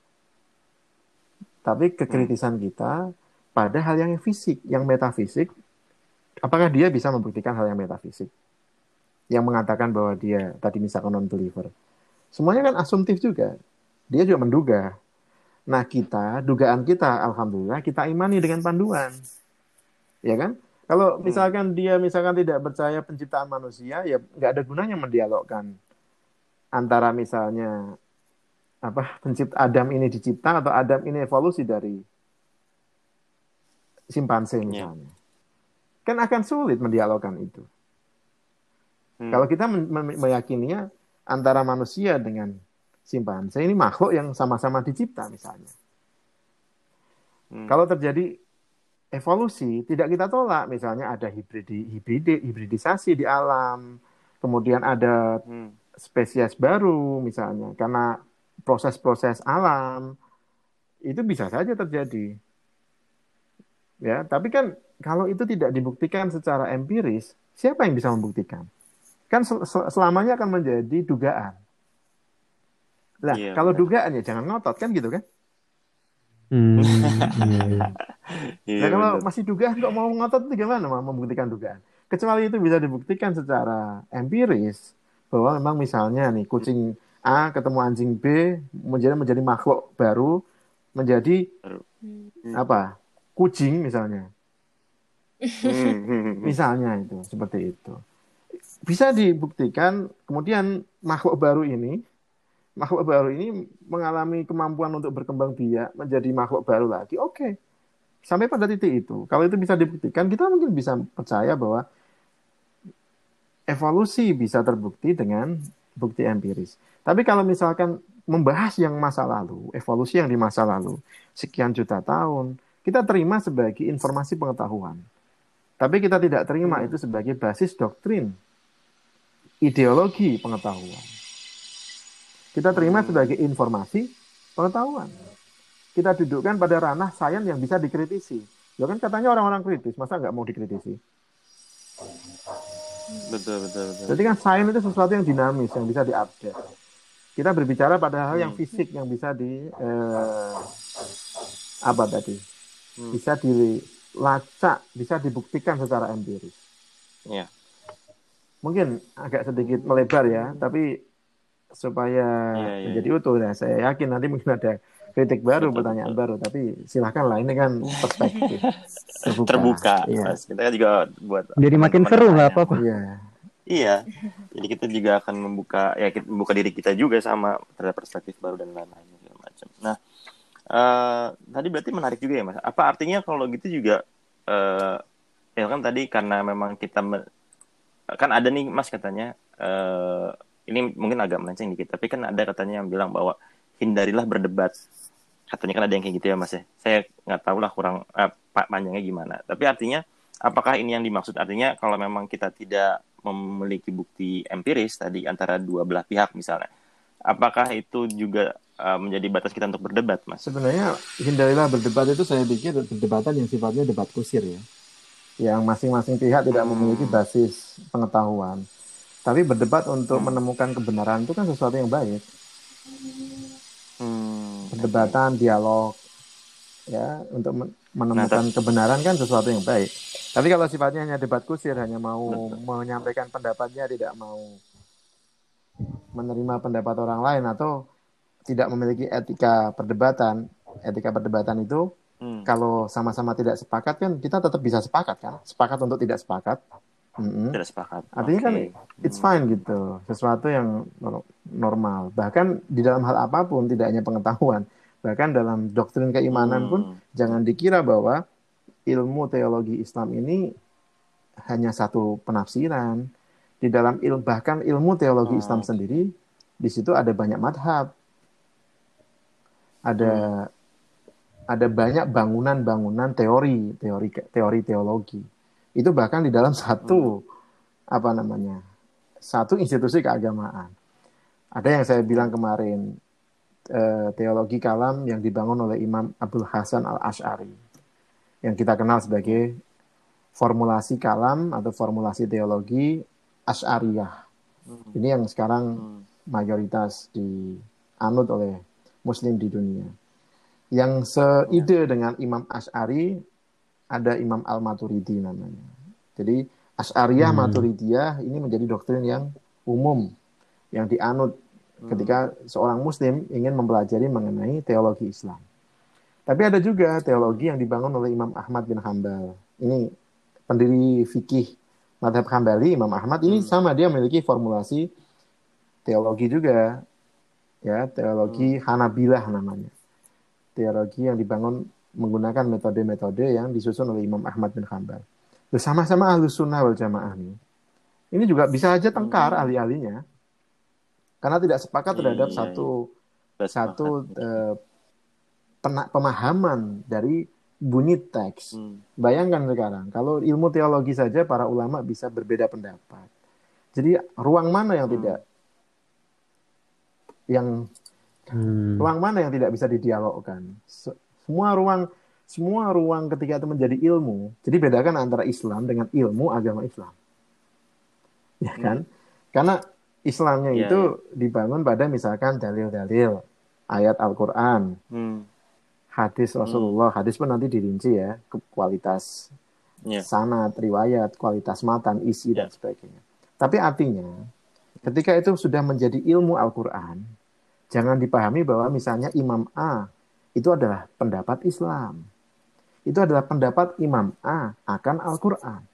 Tapi kekritisan hmm. kita pada hal yang fisik, yang metafisik, apakah dia bisa membuktikan hal yang metafisik? Yang mengatakan bahwa dia tadi misalkan non-believer. Semuanya kan asumtif juga. Dia juga menduga. Nah kita, dugaan kita, alhamdulillah, kita imani dengan panduan. Ya kan? Kalau misalkan hmm. dia misalkan tidak percaya penciptaan manusia, ya nggak ada gunanya mendialogkan antara misalnya apa pencipta Adam ini dicipta atau Adam ini evolusi dari simpanse misalnya. Yeah. Kan akan sulit mendialogkan itu. Hmm. Kalau kita me- me- meyakininya antara manusia dengan simpanse ini makhluk yang sama-sama dicipta misalnya. Hmm. Kalau terjadi evolusi tidak kita tolak, misalnya ada hibridi, hibridi, hibridisasi di alam, kemudian ada hmm. spesies baru misalnya karena proses-proses alam itu bisa saja terjadi. Ya, tapi kan kalau itu tidak dibuktikan secara empiris, siapa yang bisa membuktikan? Kan sel- selamanya akan menjadi dugaan. Lah, yeah, kalau benar. Dugaan ya jangan ngotot kan gitu kan? Hmm, yeah. Nah, kalau benar. Masih dugaan kok mau ngotot itu gimana mau membuktikan dugaan? Kecuali itu bisa dibuktikan secara empiris bahwa memang misalnya nih kucing A ketemu anjing B menjadi menjadi makhluk baru menjadi hmm. apa? Kucing misalnya. Misalnya itu seperti itu. Bisa dibuktikan kemudian makhluk baru ini makhluk baru ini mengalami kemampuan untuk berkembang biak menjadi makhluk baru lagi. Oke. Okay. Sampai pada titik itu. Kalau itu bisa dibuktikan, kita mungkin bisa percaya bahwa evolusi bisa terbukti dengan bukti empiris. Tapi kalau misalkan membahas yang masa lalu, evolusi yang di masa lalu, sekian juta tahun, kita terima sebagai informasi pengetahuan. Tapi kita tidak terima hmm. itu sebagai basis doktrin, ideologi pengetahuan. Kita terima hmm. sebagai informasi pengetahuan. Kita dudukkan pada ranah sains yang bisa dikritisi. Ya kan katanya orang-orang kritis, masa nggak mau dikritisi? Betul, betul, betul. Jadi kan sains itu sesuatu yang dinamis, yang bisa diupdate. Kita berbicara pada hal yang fisik, yang bisa di eh, apa tadi? Hmm. Bisa dilacak, bisa dibuktikan secara empiris. Ya. Mungkin agak sedikit melebar ya, tapi supaya ya, ya, menjadi ya. utuh. Nah, saya yakin nanti mungkin ada kritik baru, betul, pertanyaan betul. baru, tapi silakan lah, ini kan perspektif terbuka. Terbuka, ya. Mas. Kita kan juga buat jadi makin seru nggak apa-apa. Iya. Iya, jadi kita juga akan membuka, ya kita membuka diri kita juga sama terhadap perspektif baru dan lain-lain segala macam. Nah, uh, tadi berarti menarik juga ya Mas. Apa artinya kalau gitu juga, uh, ya kan tadi karena memang kita me- kan ada nih Mas katanya, uh, ini mungkin agak melenceng dikit, tapi kan ada katanya yang bilang bahwa hindarilah berdebat. Katanya kan ada yang kayak gitu ya Mas ya. Saya nggak tahu lah kurang uh, panjangnya gimana. Tapi artinya, apakah ini yang dimaksud? Artinya kalau memang kita tidak memiliki bukti empiris tadi antara dua belah pihak misalnya, apakah itu juga uh, menjadi batas kita untuk berdebat, Mas? Sebenarnya hindarilah berdebat itu, saya pikir perdebatan yang sifatnya debat kusir ya, yang masing-masing pihak tidak Hmm. memiliki basis pengetahuan. Tapi berdebat untuk Hmm. menemukan kebenaran itu kan sesuatu yang baik. Hmm. Perdebatan, dialog, ya, untuk men- menemukan kebenaran kan sesuatu yang baik. Tapi kalau sifatnya hanya debat kusir, hanya mau Betul. menyampaikan pendapatnya, tidak mau menerima pendapat orang lain, atau tidak memiliki etika perdebatan, etika perdebatan itu Hmm. kalau sama-sama tidak sepakat kan kita tetap bisa sepakat kan, sepakat untuk tidak sepakat. Mm-mm. Tidak sepakat. Artinya Oke. kan it's fine gitu, sesuatu yang nor- normal. Bahkan di dalam hal apapun, tidak hanya pengetahuan, bahkan dalam doktrin keimanan pun Hmm. jangan dikira bahwa ilmu teologi Islam ini hanya satu penafsiran. Di dalam il bahkan ilmu teologi Islam Hmm. sendiri, di situ ada banyak madhab, ada Hmm. ada banyak bangunan-bangunan teori, teori teori teologi. Itu bahkan di dalam satu apa namanya? Satu institusi keagamaan. Ada yang saya bilang kemarin, eh, teologi kalam yang dibangun oleh Imam Abdul Hasan Al-Asy'ari, yang kita kenal sebagai formulasi kalam atau formulasi teologi Asy'ariyah. Ini yang sekarang Hmm. mayoritas dianut oleh Muslim di dunia. Yang seide dengan Imam Asy'ari ada Imam Al-Maturidi namanya. Jadi Asy'ariyah, Hmm. Maturidiyah ini menjadi doktrin yang umum yang dianut ketika seorang Muslim ingin mempelajari mengenai teologi Islam. Tapi ada juga teologi yang dibangun oleh Imam Ahmad bin Hambal. Ini pendiri fikih mazhab Hambali, Imam Ahmad ini sama, dia memiliki formulasi teologi juga, ya, teologi Hanabilah namanya. Teologi yang dibangun menggunakan metode-metode yang disusun oleh Imam Ahmad bin Hambal. Bersama-sama Ahlus Sunnah wal Jamaah ini. Ini juga bisa aja tengkar ahli-ahlinya, karena tidak sepakat terhadap Iya, satu iya. satu eh, pena- pemahaman dari bunyi teks. Hmm. Bayangkan sekarang, kalau ilmu teologi saja para ulama bisa berbeda pendapat. Jadi ruang mana yang Hmm. tidak yang Hmm. ruang mana yang tidak bisa didialogkan? Se- Semua ruang semua ruang ketika itu menjadi ilmu. Jadi bedakan antara Islam dengan ilmu agama Islam. Ya kan? Karena Islamnya Iya, itu dibangun pada misalkan dalil-dalil, ayat Al-Qur'an, Hmm. hadis Rasulullah. Hadis pun nanti dirinci ya, ke- kualitas Iya. sanad, riwayat, kualitas matan, isi, dan Ya. sebagainya. Tapi artinya, ketika itu sudah menjadi ilmu Al-Quran, jangan dipahami bahwa misalnya Imam A itu adalah pendapat Islam. Itu adalah pendapat Imam A akan Al-Quran.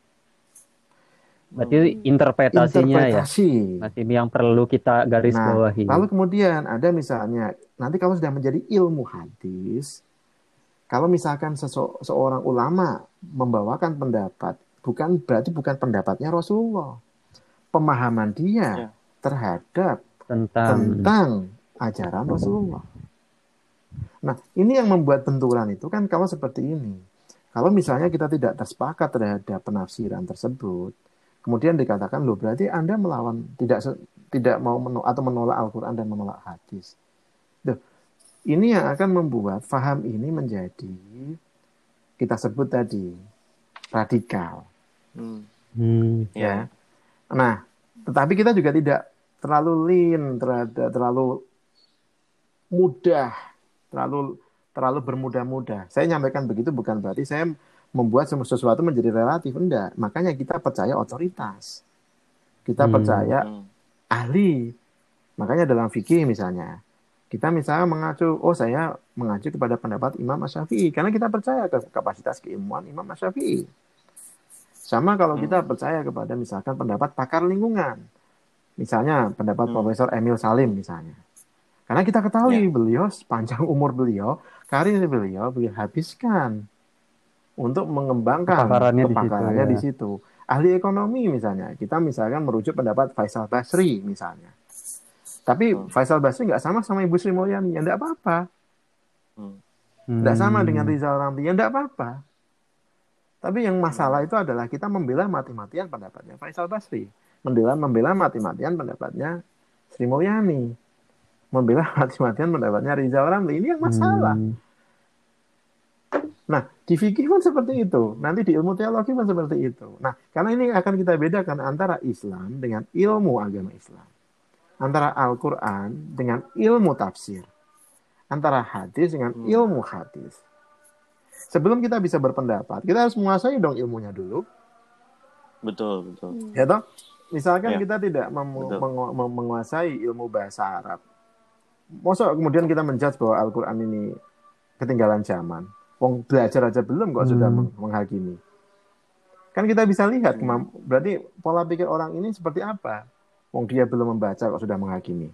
Berarti interpretasinya ya Interpretasi. masih yang perlu kita garis Nah, bawahi. lalu kemudian ada misalnya, nanti kalau sudah menjadi ilmu hadis, kalau misalkan sese- seorang ulama membawakan pendapat, bukan berarti bukan pendapatnya Rasulullah. Pemahaman dia Ya. terhadap Tentang tentang ajaran Rasulullah. Nah, ini yang membuat benturan itu kan kalau seperti ini. Kalau misalnya kita tidak tersepakat terhadap penafsiran tersebut, kemudian dikatakan, loh berarti Anda melawan, tidak se- tidak mau menolak, atau menolak Al-Quran dan menolak hadis. Duh, ini yang akan membuat faham ini menjadi, kita sebut tadi, radikal. Hmm. hmm, Ya. Ya. Nah, tetapi kita juga tidak terlalu lean, terhadap, terlalu mudah, terlalu terlalu bermudah-mudah. Saya nyampaikan begitu bukan berarti saya membuat sesuatu menjadi relatif, enggak. Makanya kita percaya otoritas. Kita Hmm. percaya Hmm. ahli. Makanya dalam fikih misalnya, kita misalnya mengacu, oh saya mengacu kepada pendapat Imam Asy-Syafi'i karena kita percaya ke kapasitas keilmuan Imam Asy-Syafi'i. Sama kalau kita percaya kepada misalkan pendapat pakar lingkungan. Misalnya pendapat Hmm. Profesor Emil Salim misalnya. Karena kita ketahui Ya. beliau sepanjang umur beliau, karir beliau beliau habiskan untuk mengembangkan Kepakarannya di situ, kepakarannya ya. di situ. Ahli ekonomi misalnya, kita misalkan merujuk pendapat Faisal Basri misalnya. Tapi Hmm. Faisal Basri nggak sama sama Ibu Sri Mulyani, ya nggak apa-apa. Hmm. Nggak sama dengan Hmm. Rizal Ramli, ya nggak apa-apa. Tapi yang masalah itu adalah kita membela mati-matian pendapatnya Faisal Basri. Membela, membela mati-matian pendapatnya Sri Mulyani. membela mati-matian pendapatnya Rizal Ramli. Ini yang masalah. Hmm. Nah, di fikih pun seperti itu. Nanti di ilmu teologi pun seperti itu. Nah, karena ini akan kita bedakan antara Islam dengan ilmu agama Islam. Antara Al-Quran dengan ilmu tafsir. Antara hadis dengan Hmm. ilmu hadis. Sebelum kita bisa berpendapat, kita harus menguasai dong ilmunya dulu. Betul, betul. Ya toh? Misalkan Ya, kita tidak mem- betul. mengu- mem- menguasai ilmu bahasa Arab. Masa kemudian kita menjudge bahwa Al-Quran ini ketinggalan zaman. Wong belajar aja belum kok sudah Hmm. meng- menghakimi. Kan kita bisa lihat, Hmm. kemamp- berarti pola pikir orang ini seperti apa? Wong dia belum membaca kok sudah menghakimi.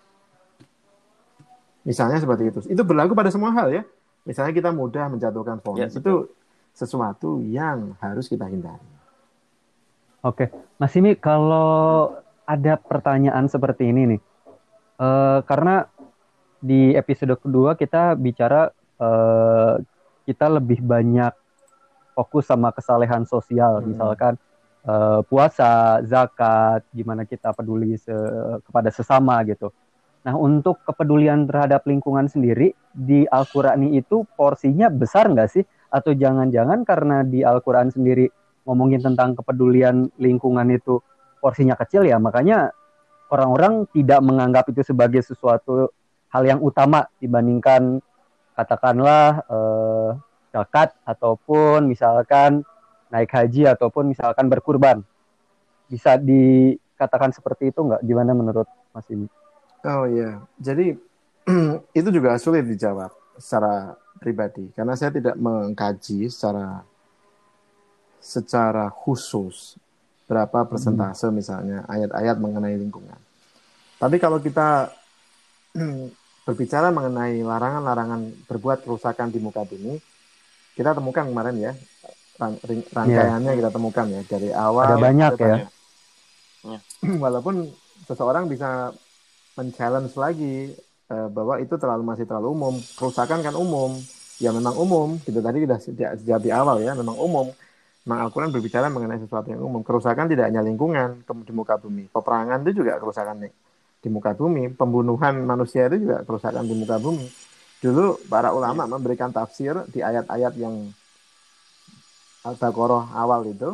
Misalnya seperti itu. Itu berlaku pada semua hal ya. Misalnya kita mudah menjatuhkan Ya, vonis, itu betul. sesuatu yang harus kita hindari. Oke, Mas Imi, kalau ada pertanyaan seperti ini nih, eh, karena di episode kedua kita bicara eh, kita lebih banyak fokus sama kesalehan sosial, Hmm. misalkan eh, puasa, zakat, gimana kita peduli se- kepada sesama gitu. Nah, untuk kepedulian terhadap lingkungan sendiri di Al-Qur'an itu porsinya besar nggak sih? Atau jangan-jangan karena di Al-Qur'an sendiri ngomongin tentang kepedulian lingkungan itu porsinya kecil ya, makanya orang-orang tidak menganggap itu sebagai sesuatu hal yang utama dibandingkan katakanlah eh, zakat ataupun misalkan naik haji ataupun misalkan berkurban. Bisa dikatakan seperti itu nggak? Gimana menurut Mas ini? Oh iya, jadi itu juga sulit dijawab secara pribadi karena saya tidak mengkaji secara secara khusus berapa persentase misalnya ayat-ayat mengenai lingkungan. Tapi kalau kita berbicara mengenai larangan-larangan berbuat kerusakan di muka bumi, kita temukan kemarin ya rang- ring- rangkaiannya kita temukan ya dari awal Ada banyak sampai ya. pada- walaupun seseorang bisa men-challenge lagi eh, bahwa itu terlalu masih terlalu umum. Kerusakan kan umum. Ya memang umum. Gitu tadi sudah sejak, sejak di awal ya, memang umum. Memang Al-Quran berbicara mengenai sesuatu yang umum. Kerusakan tidak hanya lingkungan di muka bumi. Peperangan itu juga kerusakan di muka bumi. Pembunuhan manusia itu juga kerusakan di muka bumi. Dulu para ulama memberikan tafsir di ayat-ayat yang Al-Baqarah awal itu,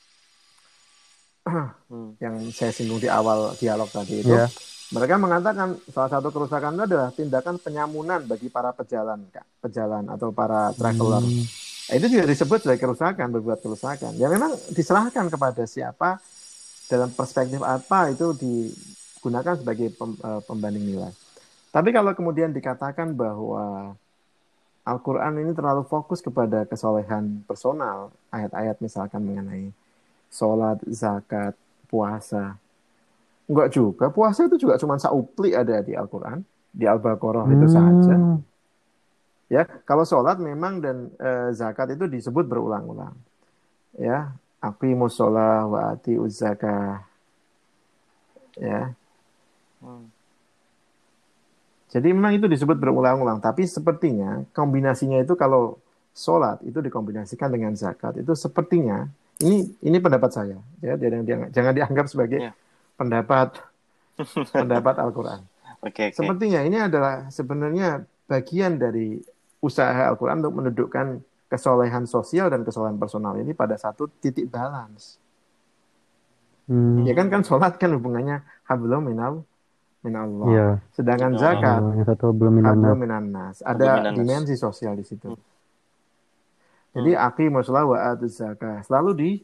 Hmm. yang saya singgung di awal dialog tadi itu, Iya. mereka mengatakan salah satu kerusakan itu adalah tindakan penyamunan bagi para pejalan, Kak. Pejalan atau para traveler. Hmm. Nah, itu juga disebut sebagai kerusakan, berbuat kerusakan. Ya memang diserahkan kepada siapa, dalam perspektif apa itu digunakan sebagai pem, uh, pembanding nilai. Tapi kalau kemudian dikatakan bahwa Al-Quran ini terlalu fokus kepada kesolehan personal, ayat-ayat misalkan mengenai sholat, zakat, puasa. Enggak juga, puasa itu juga cuma saupli ada di Al-Quran, di Al-Baqarah itu Hmm. saja. Ya, kalau sholat memang dan e, zakat itu disebut berulang-ulang. Ya, aqimus sholah wa atiuz zakah. Ya. Hmm. Jadi memang itu disebut berulang-ulang, tapi sepertinya kombinasinya itu kalau sholat itu dikombinasikan dengan zakat itu sepertinya ini ini pendapat saya, ya, jangan jangan, jangan dianggap sebagai Ya. pendapat pendapat Al-Quran. Oke, oke. Sepertinya ini adalah sebenarnya bagian dari usaha Al-Quran untuk menundukkan kesolehan sosial dan kesolehan personal ini pada satu titik balance. Hmm. Ya kan kan sholat kan hubungannya hablum minal minallah. Iya. Sedangkan Oh, zakat Oh, yang satu belum hablum minanas. minannas. Hablum Ada minannas. dimensi sosial di situ. Hmm. Jadi aqimus sholah wa atuz zakah selalu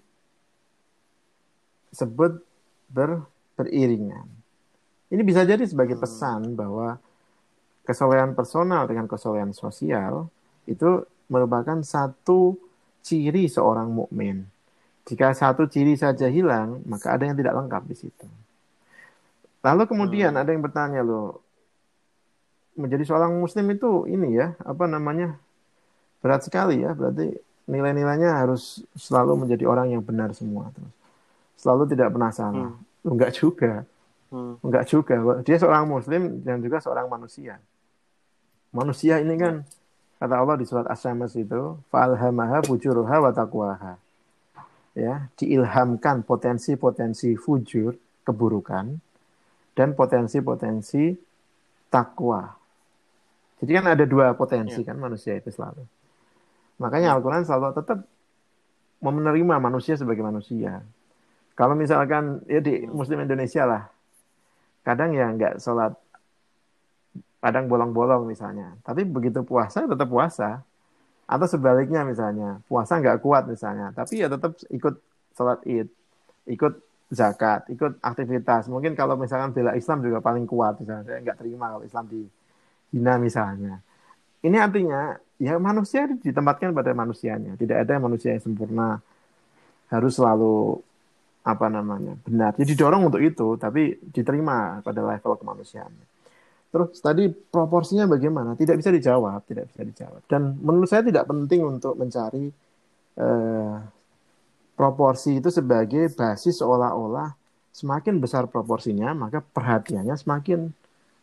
disebut ber, beriringan. Ini bisa jadi sebagai pesan bahwa kesolehan personal dengan kesolehan sosial itu merupakan satu ciri seorang mukmin. Jika satu ciri saja hilang, maka ada yang tidak lengkap di situ. Lalu kemudian Hmm. ada yang bertanya loh, menjadi seorang muslim itu ini ya, apa namanya, berat sekali ya, berarti nilai-nilainya harus selalu menjadi orang yang benar semua terus. Selalu tidak pernah salah. Hmm. Enggak juga. Hmm. Enggak juga. Dia seorang muslim dan juga seorang manusia. Manusia ini kan kata Allah di surat Asy-Syams itu, fa'alhamaha fujuruha wa taqwaha. Ya, diilhamkan potensi-potensi fujur, keburukan dan potensi-potensi takwa. Jadi kan ada dua potensi Yeah. kan manusia itu selalu. Makanya Al-Quran selalu tetap menerima manusia sebagai manusia. Kalau misalkan ya di Muslim Indonesia lah, kadang ya nggak sholat, kadang bolong-bolong misalnya. Tapi begitu puasa tetap puasa. Atau sebaliknya misalnya, puasa nggak kuat misalnya, tapi ya tetap ikut sholat id, ikut zakat, ikut aktivitas. Mungkin kalau misalkan bela Islam juga paling kuat misalnya, saya nggak terima kalau Islam dihina misalnya. Ini artinya ya manusia ditempatkan pada manusianya. Tidak ada manusia yang sempurna, harus selalu apa namanya benar. Jadi didorong untuk itu, tapi diterima pada level kemanusiaannya. Terus tadi proporsinya bagaimana? Tidak bisa dijawab, tidak bisa dijawab. Dan menurut saya tidak penting untuk mencari eh, proporsi itu sebagai basis seolah-olah semakin besar proporsinya, maka perhatiannya semakin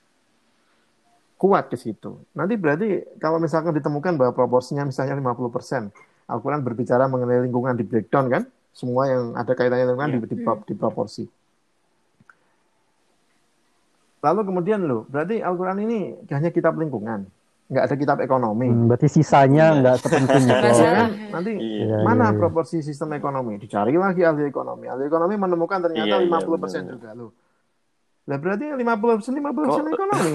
kuat ke situ. Nanti berarti kalau misalkan ditemukan bahwa proporsinya misalnya lima puluh persen, Al-Quran berbicara mengenai lingkungan di breakdown kan? Semua yang ada kaitannya dengan yeah. di, di, di proporsi. Lalu kemudian loh, berarti Al-Quran ini hanya kitab lingkungan, nggak ada kitab ekonomi. Hmm, berarti sisanya nggak sepenting itu. Ya kan? Nanti iya, mana iya, iya. proporsi sistem ekonomi? Dicari lagi ahli ekonomi. Ahli ekonomi menemukan ternyata iya, lima puluh persen iya, juga loh. Lah berarti lima puluh persen lima puluh persen ekonomi.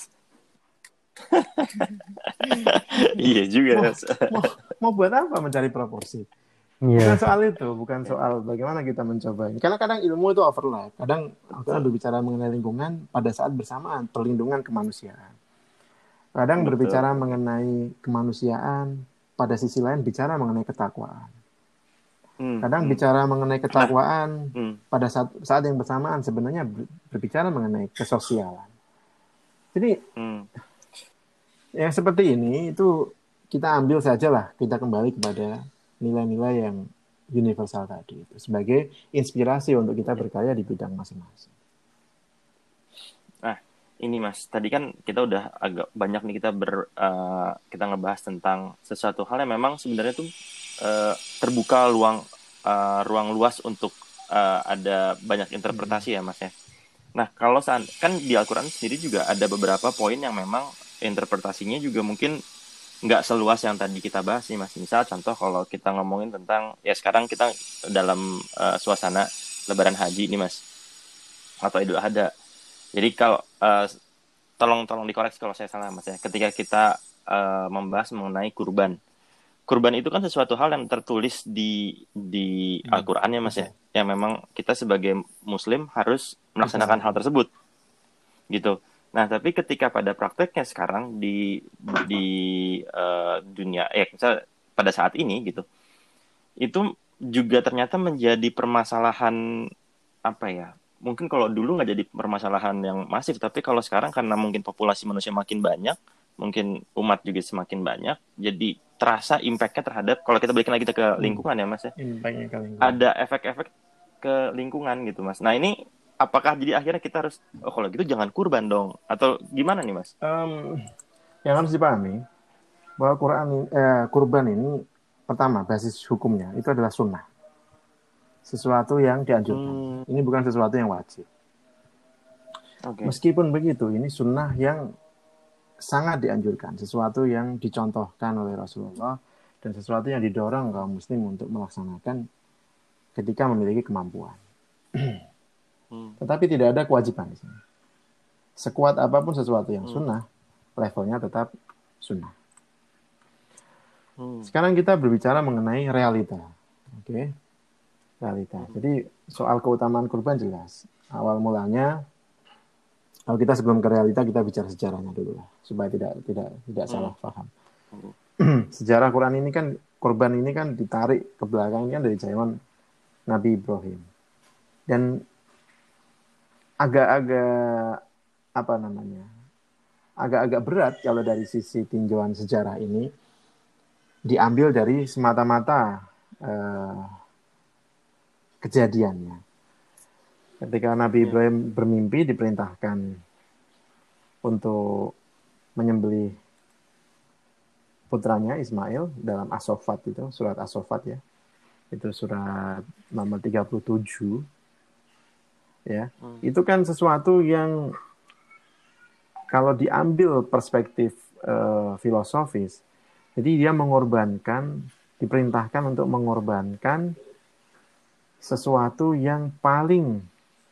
Iya juga. Mau, mau, mau buat apa mencari proporsi? Yeah. Bukan soal itu, bukan soal bagaimana kita mencoba ini. Karena kadang ilmu itu overlap. Kadang Al-Quran berbicara mengenai lingkungan pada saat bersamaan perlindungan kemanusiaan. Kadang Betul. berbicara mengenai kemanusiaan, pada sisi lain bicara mengenai ketakwaan. Hmm. Kadang hmm. bicara mengenai ketakwaan, hmm. pada saat saat yang bersamaan sebenarnya berbicara mengenai kesosialan. Jadi hmm. yang seperti ini itu kita ambil sajalah, kita kembali kepada nilai-nilai yang universal tadi itu sebagai inspirasi untuk kita berkarya di bidang masing-masing. Nah, ini Mas, tadi kan kita udah agak banyak nih kita ber uh, kita ngebahas tentang sesuatu hal yang memang sebenarnya tuh uh, terbuka luang uh, ruang luas untuk uh, ada banyak interpretasi ya Mas ya. Nah, kalau saat kan di Al-Qur'an sendiri juga ada beberapa poin yang memang interpretasinya juga mungkin nggak seluas yang tadi kita bahas nih Mas. Misal contoh kalau kita ngomongin tentang ya sekarang kita dalam uh, suasana Lebaran Haji nih Mas atau Idul Adha. Jadi kalau uh, tolong tolong dikoreksi kalau saya salah Mas ya. Ketika kita uh, membahas mengenai kurban, kurban itu kan sesuatu hal yang tertulis di di hmm. Al-Qur'an ya Mas okay. ya. Yang memang kita sebagai Muslim harus melaksanakan okay. hal tersebut, gitu. Nah, tapi ketika pada prakteknya sekarang di di uh, dunia, ya misal pada saat ini gitu, itu juga ternyata menjadi permasalahan apa ya? Mungkin kalau dulu nggak jadi permasalahan yang masif, tapi kalau sekarang karena mungkin populasi manusia makin banyak, mungkin umat juga semakin banyak, jadi terasa impact-nya terhadap kalau kita balikin lagi ke lingkungan ya Mas ya, impact-nya ke lingkungan. Ada efek-efek ke lingkungan gitu Mas. Nah ini apakah jadi akhirnya kita harus, oh kalau gitu jangan kurban dong? Atau gimana nih Mas? Um, yang harus dipahami, bahwa Quran, eh, kurban ini, pertama, basis hukumnya, itu adalah sunnah. Sesuatu yang dianjurkan. Hmm. Ini bukan sesuatu yang wajib. Okay. Meskipun begitu, ini sunnah yang sangat dianjurkan. Sesuatu yang dicontohkan oleh Rasulullah, dan sesuatu yang didorong kaum muslim untuk melaksanakan ketika memiliki kemampuan. Hmm. Tetapi tidak ada kewajiban di sini. Sekuat apapun sesuatu yang sunnah, hmm. levelnya tetap sunnah. Hmm. Sekarang kita berbicara mengenai realita. Oke. Okay? Realita. Hmm. Jadi soal keutamaan kurban jelas. Awal mulanya, kalau kita sebelum ke realita kita bicara sejarahnya dulu lah, supaya tidak tidak tidak hmm. salah paham. Hmm. Sejarah Quran ini kan, kurban ini kan ditarik ke belakang kan dari zaman Nabi Ibrahim. Dan agak-agak apa namanya agak-agak berat kalau dari sisi tinjauan sejarah ini diambil dari semata-mata eh, kejadiannya. Ketika Nabi Ibrahim bermimpi diperintahkan untuk menyembelih putranya Ismail dalam As-Saffat itu, surat As-Saffat ya, itu surat nomor tiga puluh tujuh. Ya, hmm. itu kan sesuatu yang kalau diambil perspektif uh, filosofis, jadi dia mengorbankan, diperintahkan untuk mengorbankan sesuatu yang paling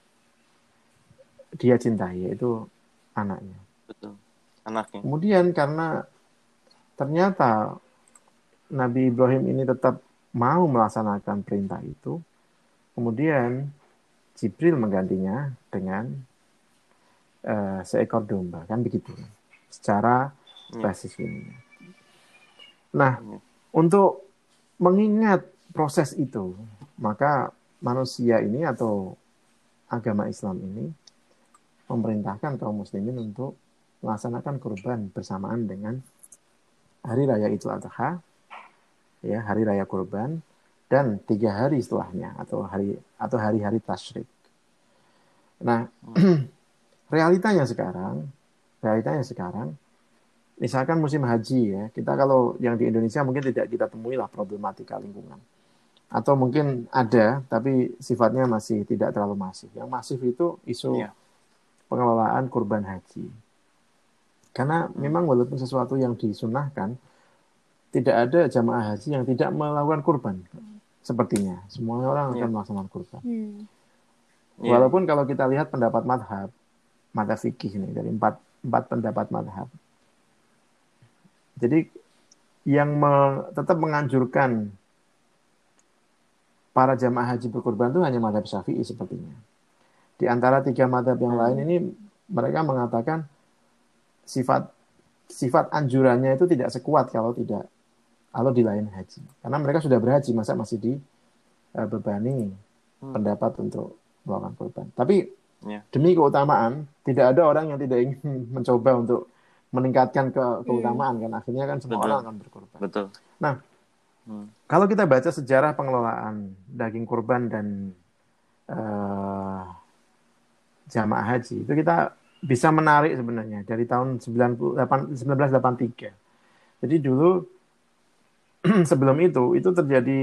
dia cintai, yaitu anaknya. Betul. Anaknya. Kemudian karena ternyata Nabi Ibrahim ini tetap mau melaksanakan perintah itu, kemudian Jibril menggantinya dengan uh, seekor domba, kan begitu, secara basis ini. Nah, ya. Untuk mengingat proses itu, maka manusia ini atau agama Islam ini memerintahkan kaum muslimin untuk melaksanakan kurban bersamaan dengan hari raya Idul Adha, ya, hari raya kurban, dan tiga hari setelahnya atau hari atau hari-hari tasyrik. Nah, realitanya sekarang, realitanya sekarang, misalkan musim haji, ya, kita kalau yang di Indonesia mungkin tidak kita temui lah problematika lingkungan, atau mungkin ada tapi sifatnya masih tidak terlalu masif. Yang masif itu isu yeah. pengelolaan kurban haji. Karena memang walaupun sesuatu yang disunahkan, tidak ada jamaah haji yang tidak melakukan kurban. Sepertinya semua orang akan yeah. melaksanakan kurban. Hmm. Yeah. Walaupun kalau kita lihat pendapat madhab, madhab fikih ini dari empat empat pendapat madhab. Jadi yang me, tetap menganjurkan para jamaah haji berkurban itu hanya madhab Syafi'i sepertinya. Di antara tiga madhab yang hmm. lain ini mereka mengatakan sifat sifat anjurannya itu tidak sekuat kalau tidak kalau di lain haji. Karena mereka sudah berhaji, masa masih dibebani hmm. pendapat untuk melakukan kurban. Tapi yeah. demi keutamaan, tidak ada orang yang tidak ingin mencoba untuk meningkatkan ke keutamaan, hmm. kan akhirnya kan semua Betul. orang akan berkurban. Betul. Nah, hmm. kalau kita baca sejarah pengelolaan daging kurban dan uh, jamaah haji, itu kita bisa menarik sebenarnya dari tahun sembilan belas delapan puluh tiga. Jadi dulu sebelum itu itu terjadi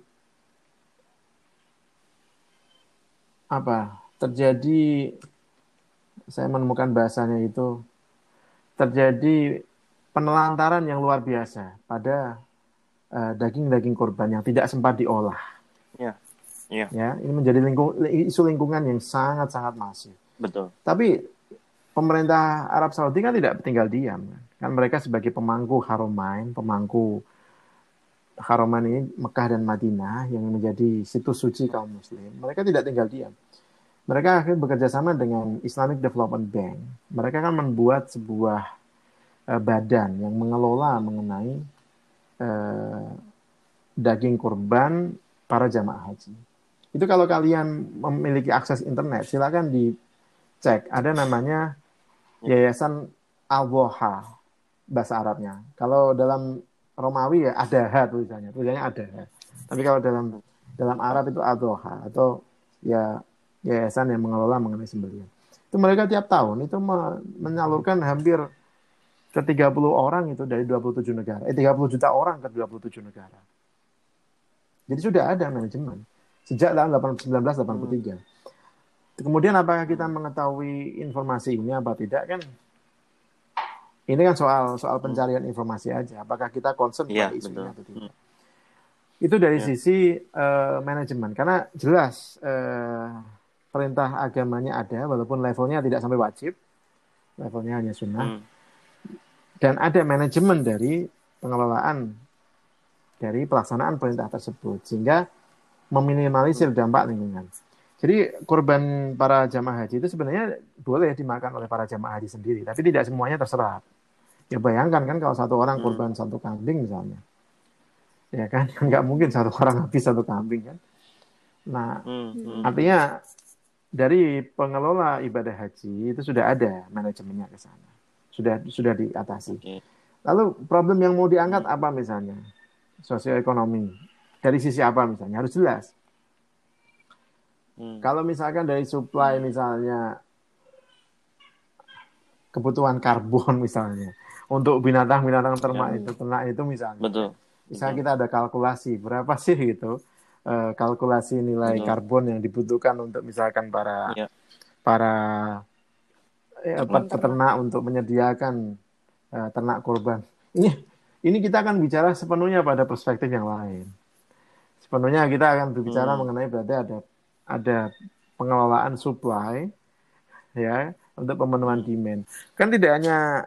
apa? Terjadi, saya menemukan bahasanya itu, terjadi penelantaran yang luar biasa pada uh, daging-daging kurban yang tidak sempat diolah. Ya, ya. Ya, ini menjadi lingkung, isu lingkungan yang sangat-sangat masif. Betul. Tapi pemerintah Arab Saudi kan tidak tinggal diam. Kan mereka sebagai pemangku Haramain, pemangku Haramain ini Mekah dan Madinah yang menjadi situs suci kaum muslim. Mereka tidak tinggal diam. Mereka akhirnya bekerja sama dengan Islamic Development Bank. Mereka kan membuat sebuah uh, badan yang mengelola mengenai uh, daging kurban para jamaah haji. Itu kalau kalian memiliki akses internet, silakan dicek. Ada namanya Yayasan Al-Woha, bahasa Arabnya. Kalau dalam Romawi ya Adaha tulisannya, tulisannya Adaha. Tapi kalau dalam dalam Arab itu Al-Woha atau ya yayasan yang mengelola mengenai sembelihan. Itu mereka tiap tahun itu menyalurkan hampir ke tiga puluh orang itu dari dua puluh tujuh negara. Eh tiga puluh juta orang ke dua puluh tujuh negara. Jadi sudah ada manajemen sejak tahun sembilan belas delapan puluh tiga. Hmm. Kemudian apakah kita mengetahui informasi ini apa tidak kan? Ini kan soal soal pencarian informasi aja. Apakah kita concern pada ya, isunya atau tidak? Hmm. Itu dari ya. sisi uh, manajemen. Karena jelas uh, perintah agamanya ada, walaupun levelnya tidak sampai wajib, levelnya hanya sunnah. Hmm. Dan ada manajemen dari pengelolaan dari pelaksanaan perintah tersebut, sehingga meminimalisir dampak lingkungan. Jadi kurban para jamaah haji itu sebenarnya boleh dimakan oleh para jamaah haji sendiri, tapi tidak semuanya terserap. Ya bayangkan kan kalau satu orang kurban hmm. satu kambing misalnya, ya kan nggak mungkin satu orang habis satu kambing kan. Nah, hmm. artinya dari pengelola ibadah haji itu sudah ada manajemennya ke sana, sudah sudah diatasi. Okay. Lalu problem yang mau diangkat apa misalnya? Sosioekonomi. Dari sisi apa misalnya? Harus jelas. Hmm. Kalau misalkan dari supply misalnya kebutuhan karbon misalnya untuk binatang-binatang ternak ya. itu ternak itu misalnya. Betul. Misalnya kita ada kalkulasi berapa sih gitu. Uh, kalkulasi nilai Betul. karbon yang dibutuhkan untuk misalkan para ya. para ya, Hewan ternak. peternak untuk menyediakan uh, ternak kurban. Ini ini kita akan bicara sepenuhnya pada perspektif yang lain. Sepenuhnya kita akan berbicara Hmm. mengenai berarti ada ada pengelolaan supply ya untuk pemenuhan Hmm. demand. Kan tidak hanya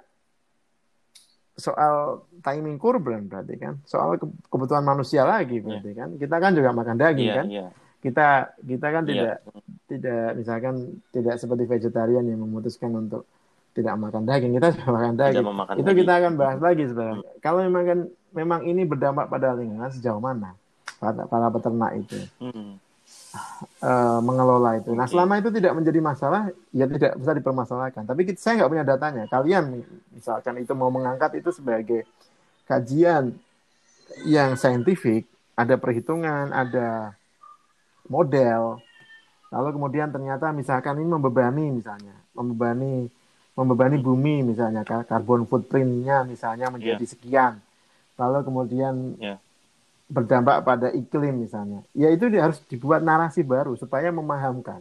soal timing kurban berarti kan, soal ke- kebutuhan manusia lagi Iya. berarti kan. Kita kan juga makan daging Iya, kan. iya, Kita kita kan iya. tidak tidak misalkan tidak seperti vegetarian yang memutuskan untuk tidak makan daging, kita juga makan Tidak daging. memakan Itu daging. kita akan bahas lagi sebenarnya. Hmm. Kalau memang kan memang ini berdampak pada lingkungan sejauh mana para, para peternak itu Hmm. eh, mengelola itu. Nah, Oke. selama itu tidak menjadi masalah, ya tidak bisa dipermasalahkan. Tapi kita, saya nggak punya datanya. Kalian misalkan itu mau mengangkat itu sebagai kajian yang saintifik, ada perhitungan, ada model. Lalu kemudian ternyata misalkan ini membebani misalnya, membebani membebani Hmm. bumi misalnya, kar- karbon footprint-nya misalnya menjadi Iya, sekian. Lalu kemudian iya. berdampak pada iklim misalnya. Ya itu dia harus dibuat narasi baru supaya memahamkan.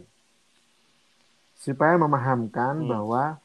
Supaya memahamkan Hmm. bahwa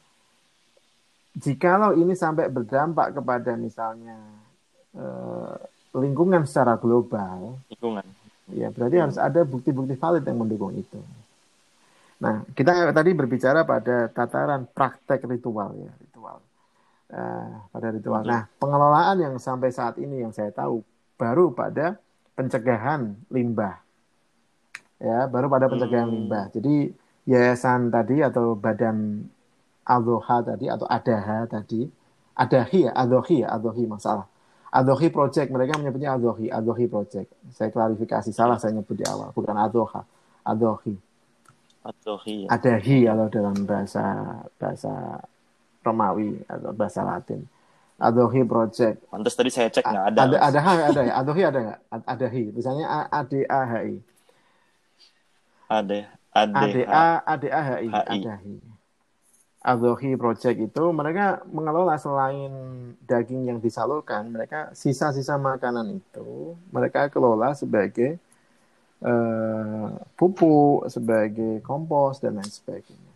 jikalau ini sampai berdampak kepada misalnya eh, lingkungan secara global, Lingkungan. ya berarti harus Hmm. ada bukti-bukti valid yang mendukung itu. Nah, kita tadi berbicara pada tataran praktek ritual ya, ritual. Eh, pada ritual. Betul. Nah, pengelolaan yang sampai saat ini yang saya tahu baru pada pencegahan limbah. Ya, baru pada pencegahan Hmm. limbah. Jadi yayasan tadi atau badan Adhoha tadi atau Adaha tadi, Adahi ya, Adhohi ya, Adhohi masalah. Adhohi Project, mereka menyebutnya Adhohi, Adhohi Project. Saya klarifikasi, salah Iya. saya nyebut di awal, bukan Adhoha, Adhohi. Atau iya. Adahi Hmm. kalau dalam bahasa bahasa Romawi atau bahasa Latin. Adhohi Project. Pantes tadi saya cek nggak ada, Ada Mas. ada H ada ya? Adhohi ada nggak? Adahi. Misalnya A D A H I. Ada, A ada D A A D A H I, H I. Adahi. Adhohi Project itu mereka mengelola selain daging yang disalurkan, mereka sisa-sisa makanan itu mereka kelola sebagai eh, pupuk, sebagai kompos dan lain sebagainya.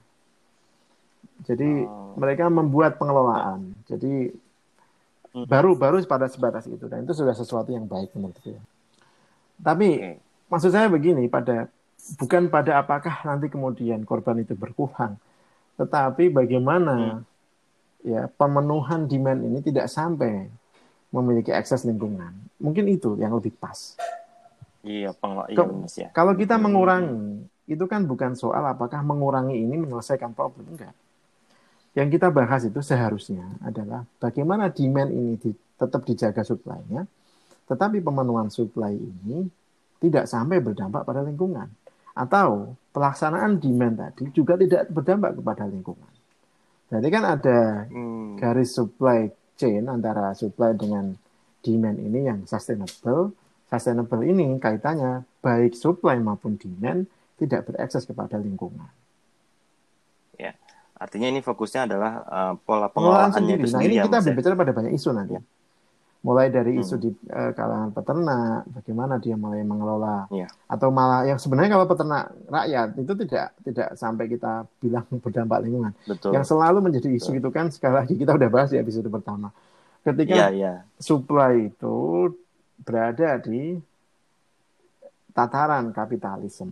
Jadi Oh. mereka membuat pengelolaan. Jadi Hmm. baru-baru pada sebatas itu dan itu sudah sesuatu yang baik menurut saya. Tapi Oke. maksud saya begini, pada bukan pada apakah nanti kemudian korban itu berkurang, tetapi bagaimana Hmm. ya pemenuhan demand ini tidak sampai memiliki akses lingkungan. Mungkin itu yang lebih pas. Iya, pengelola. Iya, Ke- Mas ya. Kalau kita Hmm. mengurangi, itu kan bukan soal apakah mengurangi ini menyelesaikan problem, enggak. Yang kita bahas itu seharusnya adalah bagaimana demand ini di- tetap dijaga supply-nya, tetapi pemenuhan supply ini tidak sampai berdampak pada lingkungan. Atau pelaksanaan demand tadi juga tidak berdampak kepada lingkungan. Jadi kan ada Hmm. garis supply chain antara supply dengan demand ini yang sustainable. Sustainable ini kaitannya baik supply maupun demand tidak berakses kepada lingkungan. Ya. Artinya ini fokusnya adalah uh, pola Pengelolaan pengelolaannya sendiri. itu Nah sendiri ini ya, kita Mas ya. berbicara pada banyak isu nanti. Ya. Mulai dari isu Hmm. di eh, kalangan peternak, bagaimana dia mulai mengelola, Iya. atau malah yang sebenarnya kalau peternak rakyat itu tidak tidak sampai kita bilang berdampak lingkungan. Betul. Yang selalu menjadi isu Betul. itu kan sekali lagi kita udah bahas di episode pertama. Iya, Ketika iya. supply itu berada di tataran kapitalisme,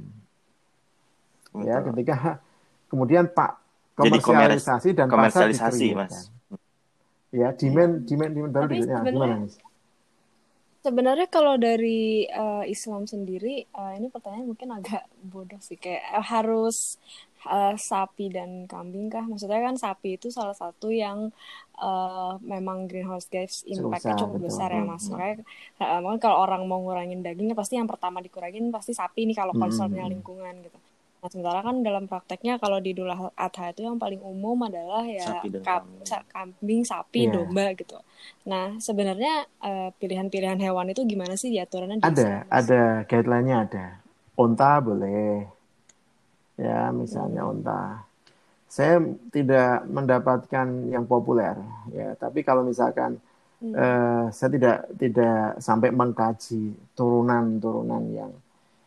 ya Betul. ketika kemudian pak Jadi komeris komersialisasi dan pasar komersialisasi, dikreatkan, Mas. ya demand demand demand baru Tapi dikreatkan. Nah, gimana sebenarnya nih? sebenarnya kalau dari eh, Islam sendiri, eh, ini pertanyaan mungkin agak bodoh sih, kayak eh, harus eh, sapi dan kambing kah? Maksudnya kan sapi itu salah satu yang eh, memang greenhouse gas impact-nya Susah, cukup betul. besar ya, Hmm. Mas. Makanya eh, makanya kalau orang mau ngurangin dagingnya pasti yang pertama dikurangin pasti sapi nih kalau concernnya Hmm. lingkungan gitu. Nah, sementara kan dalam prakteknya kalau di Idul Adha itu yang paling umum adalah ya Sapi dan kap- kambing. sa- kambing, sapi, Iya. domba gitu. Nah, sebenarnya eh, pilihan-pilihan hewan itu gimana sih diaturannya di Ada, Islam, Mas? ada guideline-nya ada. Onta boleh, ya misalnya Hmm. onta. Saya tidak mendapatkan yang populer, ya. Tapi kalau misalkan Hmm. eh, saya tidak tidak sampai mengkaji turunan-turunan yang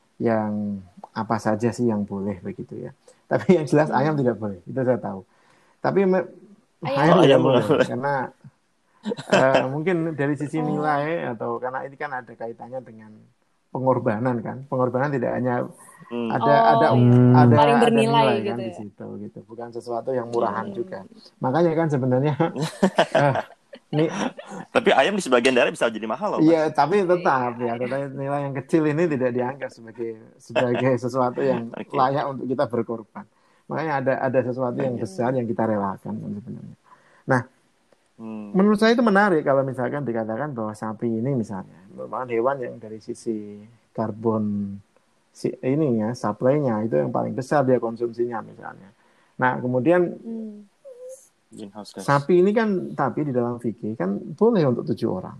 yang apa saja sih yang boleh begitu ya. Tapi yang jelas ayam Hmm. tidak boleh, itu saya tahu. Tapi me- Ayam. ayam Oh, tidak ayam boleh nggak boleh. karena eh, mungkin dari sisi Oh. nilai atau karena ini kan ada kaitannya dengan pengorbanan kan. Pengorbanan tidak hanya Hmm. ada Oh ada iya, Hmm. ada paling ada bernilai nilai kan gitu di ya. situ gitu. Bukan sesuatu yang Iya. murahan Hmm. juga. Makanya kan sebenarnya eh, nih Tapi ayam di sebagian daerah bisa jadi mahal loh, iya, Mas. tapi Iya, tetap ya, ayam. tetapi nilai yang kecil ini tidak dianggap sebagai sebagai sesuatu yang Oke. layak untuk kita berkorban. Makanya ada ada sesuatu yang Oke. besar yang kita relakan kan sebenarnya. Nah, Hmm. menurut saya itu menarik kalau misalkan dikatakan bahwa sapi ini misalnya merupakan hewan yang dari sisi karbon si, ini ya, supply-nya itu yang paling besar dia konsumsinya misalnya. Nah, kemudian Hmm. Greenhouse gas. sapi ini kan tapi di dalam fikih kan boleh untuk tujuh orang.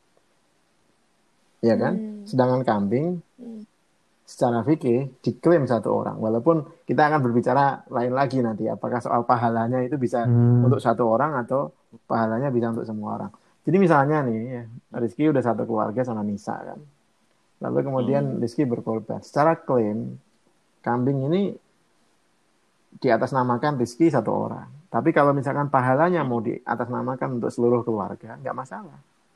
Ya kan? Hmm. Sedangkan kambing Hmm. secara fikih diklaim satu orang. Walaupun kita akan berbicara lain lagi nanti, apakah soal pahalanya itu bisa Hmm. untuk satu orang atau pahalanya bisa untuk semua orang. Jadi misalnya nih, ya, Rizky udah satu keluarga sama Nisa kan. Lalu kemudian Hmm. Rizky berkorban. Secara klaim, kambing ini di atas namakan Rizky satu orang. Tapi kalau misalkan pahalanya mau di atas namakan untuk seluruh keluarga, nggak masalah.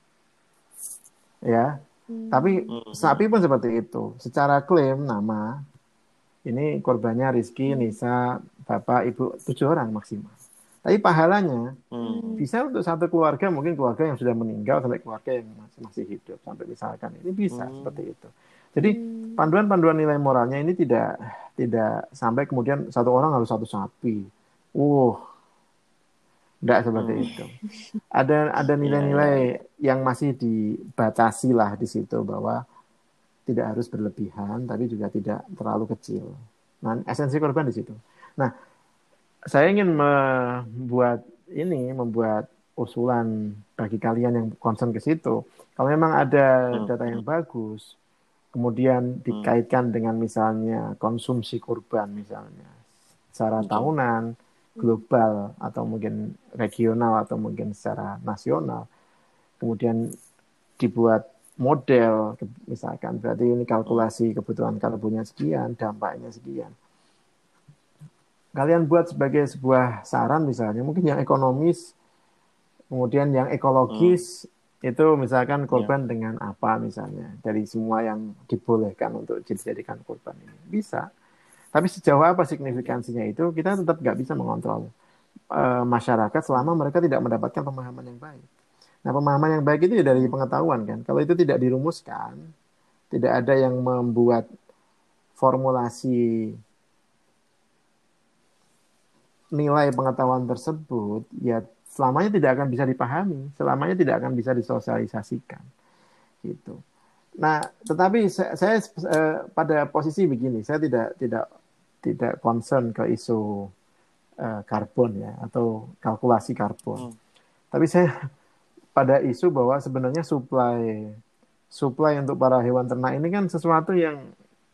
Ya, tapi Hmm. sapi pun seperti itu. Secara klaim nama ini korbannya Rizky, Hmm. Nisa, bapak, ibu, tujuh orang maksimal. Tapi pahalanya Hmm. bisa untuk satu keluarga, mungkin keluarga yang sudah meninggal sampai keluarga yang masih, masih hidup sampai misalkan ini bisa Hmm. seperti itu. Jadi Hmm. panduan-panduan nilai moralnya ini tidak tidak sampai kemudian satu orang harus satu sapi. Uh, tidak seperti Hmm. itu. Ada ada Iya, nilai-nilai iya, iya. yang masih dibatasi lah di situ bahwa tidak harus berlebihan, tapi juga tidak terlalu kecil. Nah, esensi korban di situ. Nah, saya ingin membuat ini, membuat usulan bagi kalian yang concern ke situ. Kalau memang ada Hmm. data yang bagus, kemudian Hmm. dikaitkan dengan misalnya konsumsi korban misalnya, secara Betul. tahunan, global, atau mungkin regional, atau mungkin secara nasional, kemudian dibuat model, misalkan berarti ini kalkulasi kebutuhan karbonnya sekian, dampaknya sekian. Kalian buat sebagai sebuah saran misalnya, mungkin yang ekonomis, kemudian yang ekologis, hmm. itu misalkan korban yeah. dengan apa misalnya, dari semua yang dibolehkan untuk dijadikan korban ini. Bisa. Tapi sejauh apa signifikansinya itu, kita tetap nggak bisa mengontrol e, masyarakat selama mereka tidak mendapatkan pemahaman yang baik. Nah, pemahaman yang baik itu ya dari pengetahuan kan. Kalau itu tidak dirumuskan, tidak ada yang membuat formulasi nilai pengetahuan tersebut, ya selamanya tidak akan bisa dipahami, selamanya tidak akan bisa disosialisasikan, gitu. Nah, tetapi saya, saya eh, pada posisi begini, saya tidak tidak tidak concern ke isu eh, karbon ya atau kalkulasi karbon, hmm. tapi saya pada isu bahwa sebenarnya supply supply untuk para hewan ternak ini kan sesuatu yang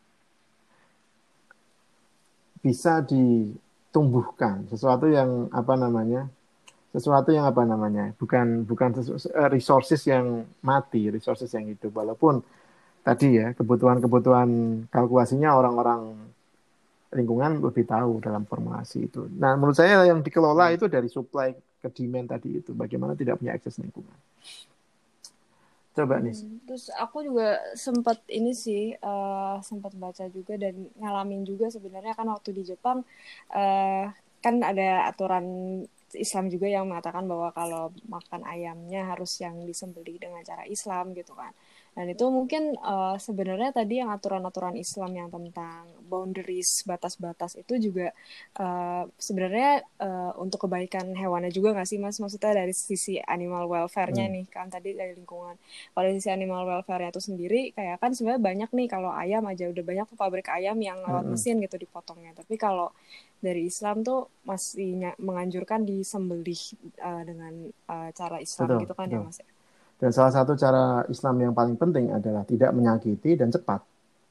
bisa ditumbuhkan, sesuatu yang apa namanya, sesuatu yang apa namanya, bukan bukan resources yang mati, resources yang hidup. Walaupun tadi ya kebutuhan-kebutuhan kalkulasinya orang-orang lingkungan lebih tahu dalam formulasi itu. Nah, menurut saya yang dikelola itu dari supply ke demand tadi itu, bagaimana tidak punya akses lingkungan. Coba hmm, nih. Terus aku juga sempat ini sih uh, sempat baca juga dan ngalamin juga sebenarnya kan waktu di Jepang uh, kan ada aturan Islam juga yang mengatakan bahwa kalau makan ayamnya harus yang disembelih dengan cara Islam gitu kan. Dan itu mungkin uh, sebenarnya tadi yang aturan-aturan Islam yang tentang boundaries, batas-batas itu juga uh, sebenarnya uh, untuk kebaikan hewannya juga nggak sih Mas? Maksudnya dari sisi animal welfare-nya hmm. nih kan tadi dari lingkungan. Kalau dari sisi animal welfare-nya itu sendiri kayak kan sebenarnya banyak nih kalau ayam aja udah banyak tuh pabrik ayam yang lewat hmm. mesin gitu dipotongnya. Tapi kalau dari Islam tuh masih menganjurkan disembelih uh, dengan uh, cara Islam betul, gitu kan betul. Ya Mas? Dan salah satu cara Islam yang paling penting adalah tidak menyakiti dan cepat.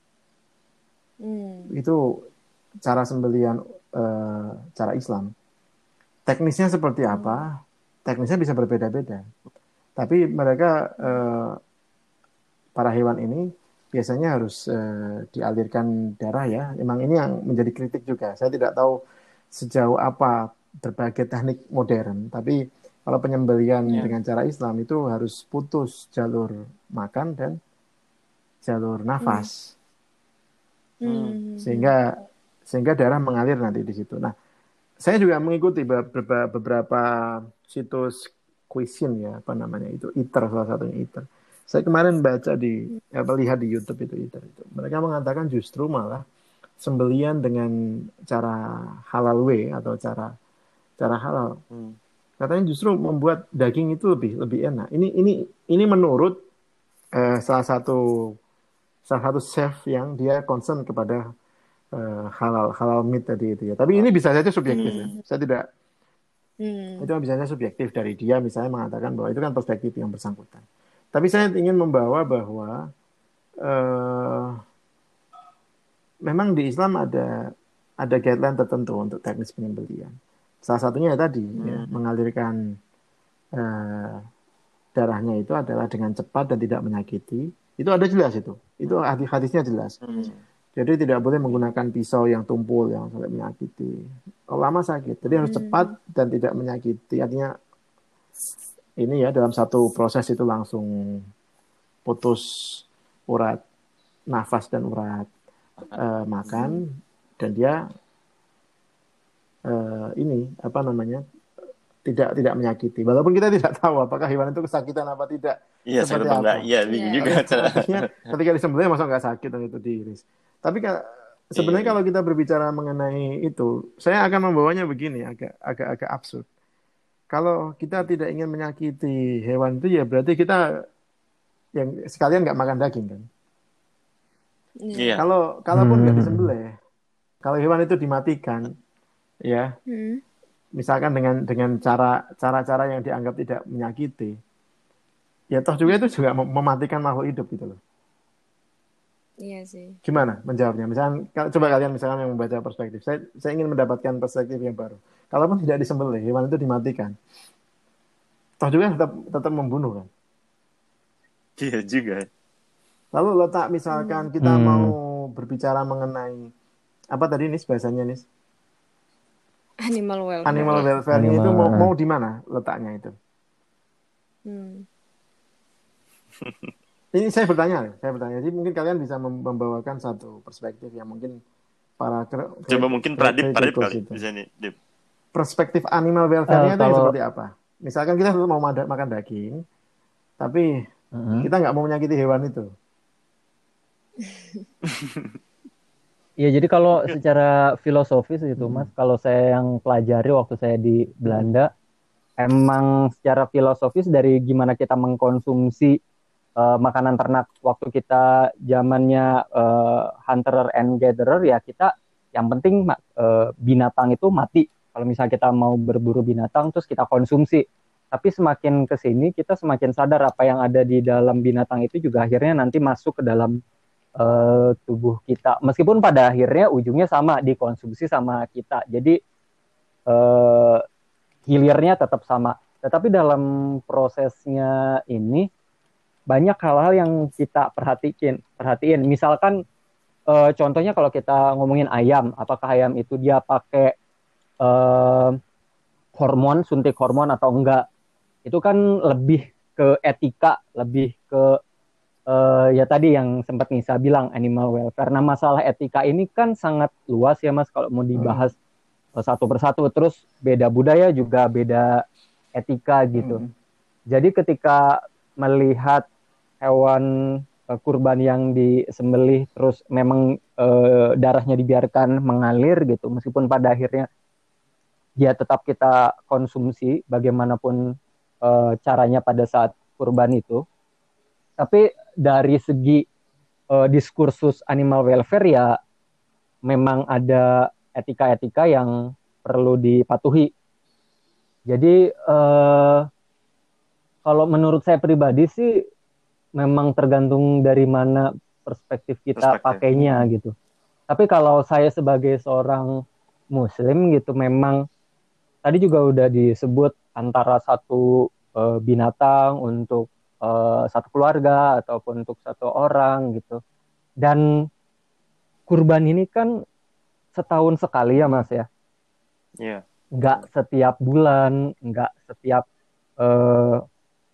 Hmm. Itu cara sembelihan uh, cara Islam. Teknisnya seperti hmm. apa? Teknisnya bisa berbeda-beda. Tapi mereka uh, para hewan ini biasanya harus uh, dialirkan darah ya. Emang ini yang menjadi kritik juga. Saya tidak tahu sejauh apa berbagai teknik modern. Tapi kalau penyembelian Iya. dengan cara Islam itu harus putus jalur makan dan jalur nafas, Hmm. sehingga sehingga darah mengalir nanti di situ. Nah, saya juga mengikuti beberapa, beberapa situs cuisine ya, apa namanya itu, Eater, salah satunya Eater. Saya kemarin baca di apa lihat di YouTube itu Eater itu. Mereka mengatakan justru malah sembelian dengan cara halal way atau cara cara halal. Hmm. Katanya justru membuat daging itu lebih lebih enak. Ini ini ini menurut eh, salah satu salah satu chef yang dia concern kepada uh, halal halal meat tadi itu ya. Tapi ini bisa saja subjektif ya. Hmm. Saya tidak Hmm. itu bisa saja subjektif dari dia misalnya mengatakan bahwa itu kan perspektif yang bersangkutan. Tapi saya ingin membawa bahwa uh, memang di Islam ada ada guideline tertentu untuk teknis penyembelian. Salah satunya ya tadi Hmm. ya, mengalirkan uh, darahnya itu adalah dengan cepat dan tidak menyakiti. Itu ada jelas itu. Itu hadis-hadisnya jelas. Hmm. Jadi tidak boleh menggunakan pisau yang tumpul yang sampai menyakiti. Kalau lama sakit. Jadi harus cepat dan tidak menyakiti. Artinya ini ya dalam satu proses itu langsung putus urat nafas dan urat uh, makan dan dia uh, ini apa namanya tidak tidak menyakiti. Walaupun kita tidak tahu apakah hewan itu kesakitan apa tidak. Iya, seperti sakit apa. enggak? Iya, bingung juga. Artinya ketika disembelih masa nggak sakit dan itu diiris. Tapi sebenarnya Iya. kalau kita berbicara mengenai itu, saya akan membawanya begini, agak agak agak absurd. Kalau kita tidak ingin menyakiti hewan itu ya berarti kita yang sekalian nggak makan daging kan. Iya. Kalau kalaupun nggak Hmm. disembelih, kalau hewan itu dimatikan, ya, Hmm. misalkan dengan dengan cara cara-cara yang dianggap tidak menyakiti, ya toh juga itu juga mem- mematikan makhluk hidup gitu loh. Iya sih. Gimana menjawabnya? Misalkan kal- coba kalian misalkan yang membaca perspektif. Saya saya ingin mendapatkan perspektif yang baru. Kalaupun tidak disembelih, hewan itu dimatikan. Toh juga tetap tetap membunuh kan. Iya juga. Lalu letak misalkan kita Hmm. mau berbicara mengenai apa tadi nih bahasanya nih? Animal welfare. Animal welfare Animal. itu mau mau di mana letaknya itu? Hmm. Ini saya bertanya, saya bertanya. Jadi mungkin kalian bisa mem- membawakan satu perspektif yang mungkin para kre- Coba mungkin Pradip, Pradip kritikus kali itu. bisa nih, Dip. Perspektif animal welfare-nya Eh, itu yang kalau- seperti apa? Misalkan kita mau mada- makan daging, tapi Hmm. kita nggak mau menyakiti hewan itu. Ya, jadi kalau secara filosofis itu, Mas, kalau saya yang pelajari waktu saya di Belanda, emang secara filosofis dari gimana kita mengkonsumsi uh, makanan ternak waktu kita zamannya uh, hunter and gatherer, ya kita yang penting uh, binatang itu mati. Kalau misalnya kita mau berburu binatang terus kita konsumsi. Tapi semakin ke sini kita semakin sadar apa yang ada di dalam binatang itu juga akhirnya nanti masuk ke dalam uh, tubuh kita. Meskipun pada akhirnya ujungnya sama, dikonsumsi sama kita. Jadi uh, hilirnya tetap sama. Tetapi dalam prosesnya ini banyak hal-hal yang kita perhatiin. Perhatiin. Misalkan uh, contohnya kalau kita ngomongin ayam, apakah ayam itu dia pakai uh, hormon, suntik hormon atau enggak? Itu kan lebih ke etika, lebih ke uh, ya tadi yang sempat Nisa bilang animal welfare. Nah, masalah etika ini kan sangat luas ya Mas kalau mau dibahas hmm. satu persatu. Terus beda budaya juga beda etika gitu. Hmm. Jadi ketika melihat hewan uh, kurban yang disembelih terus memang uh, darahnya dibiarkan mengalir gitu, meskipun pada akhirnya dia tetap kita konsumsi bagaimanapun uh, caranya pada saat kurban itu. Tapi dari segi uh, diskursus animal welfare ya memang ada etika-etika yang perlu dipatuhi. Jadi uh, kalau menurut saya pribadi sih memang tergantung dari mana perspektif kita perspektif. pakainya gitu. Tapi kalau saya sebagai seorang muslim gitu memang tadi juga udah disebut antara satu uh, binatang untuk uh, satu keluarga ataupun untuk satu orang gitu. Dan kurban ini kan setahun sekali ya Mas ya. Iya. Yeah. nggak setiap bulan, nggak setiap uh,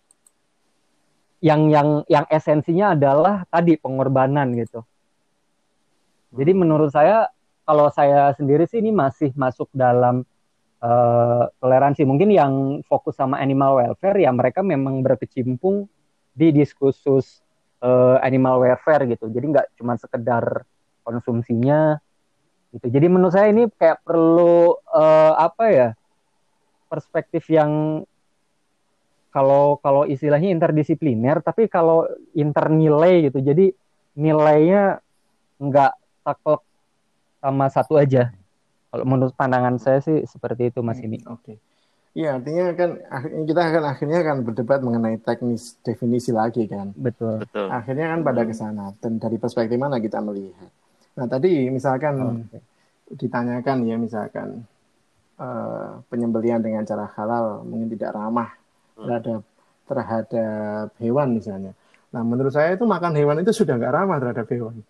yang yang yang esensinya adalah tadi pengorbanan gitu. Jadi menurut saya, kalau saya sendiri sih ini masih masuk dalam uh, toleransi. Mungkin yang fokus sama animal welfare ya mereka memang berkecimpung di diskursus uh, animal welfare gitu. Jadi nggak cuma sekedar konsumsinya gitu. Jadi menurut saya ini kayak perlu uh, apa ya, perspektif yang kalau kalau istilahnya interdisipliner, tapi kalau internilai gitu. Jadi nilainya nggak saklek sama satu aja. Kalau menurut pandangan saya sih seperti itu, Mas ini. Oke. Okay. Iya, artinya kan kita akan akhirnya akan berdebat mengenai teknis definisi lagi kan. Betul. Betul. Akhirnya kan pada ke sana, dan dari perspektif mana kita melihat. Nah, tadi misalkan okay. ditanyakan ya, misalkan uh, penyembelihan dengan cara halal mungkin tidak ramah hmm. terhadap terhadap hewan misalnya. Nah, menurut saya itu makan hewan itu sudah nggak ramah terhadap hewan.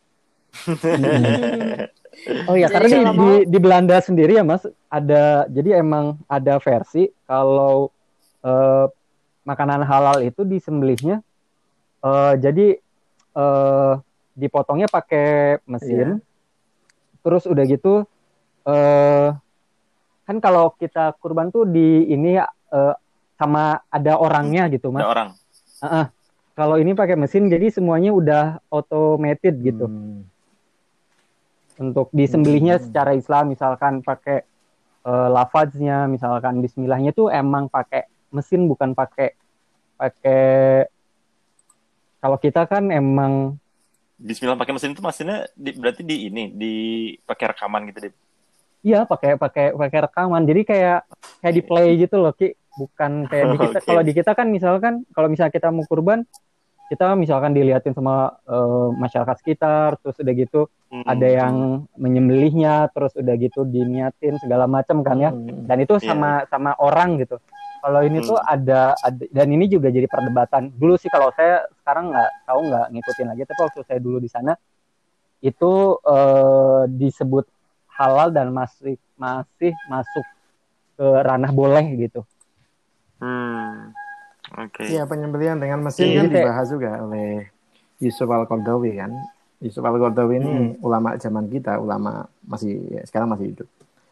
Oh ya, karena di, di di Belanda sendiri ya Mas, ada jadi emang ada versi kalau uh, makanan halal itu disembelihnya uh, jadi uh, dipotongnya pakai mesin, yeah. Terus udah gitu uh, kan kalau kita kurban tuh di ini uh, sama ada orangnya gitu Mas. Ada orang. Uh-uh. Kalau ini pakai mesin jadi semuanya udah automated gitu. Hmm. Untuk disembelihnya hmm. secara Islam misalkan pakai uh, lafaznya, misalkan bismillahnya tuh emang pakai mesin bukan pakai pakai kalau kita kan emang bismillah pakai mesin itu maksudnya di, berarti di ini di pakai rekaman gitu deh. Iya, pakai pakai pakai rekaman. Jadi kayak kayak di play gitu loh, Ki. Bukan kayak di kita. Okay. Kalau di kita kan misalkan kalau misalnya kita mau kurban, kita misalkan dilihatin sama uh, masyarakat sekitar, terus udah gitu hmm. ada yang menyembelihnya, terus udah gitu diniatin segala macam kan ya. Dan itu sama yeah. sama orang gitu. Kalau ini hmm. tuh ada, ada dan ini juga jadi perdebatan. Dulu sih kalau saya sekarang nggak tahu nggak ngikutin lagi, tapi waktu saya dulu di sana itu uh, disebut halal dan masih masih masuk ke ranah boleh gitu. Hmm. Oke. Okay. Iya, penyembelihan dengan mesin yeah, kan dibahas kayak... juga oleh Yusuf Al-Qaradawi kan. Yusuf Al-Qaradawi ini hmm. ulama zaman kita, ulama masih ya, sekarang masih hidup.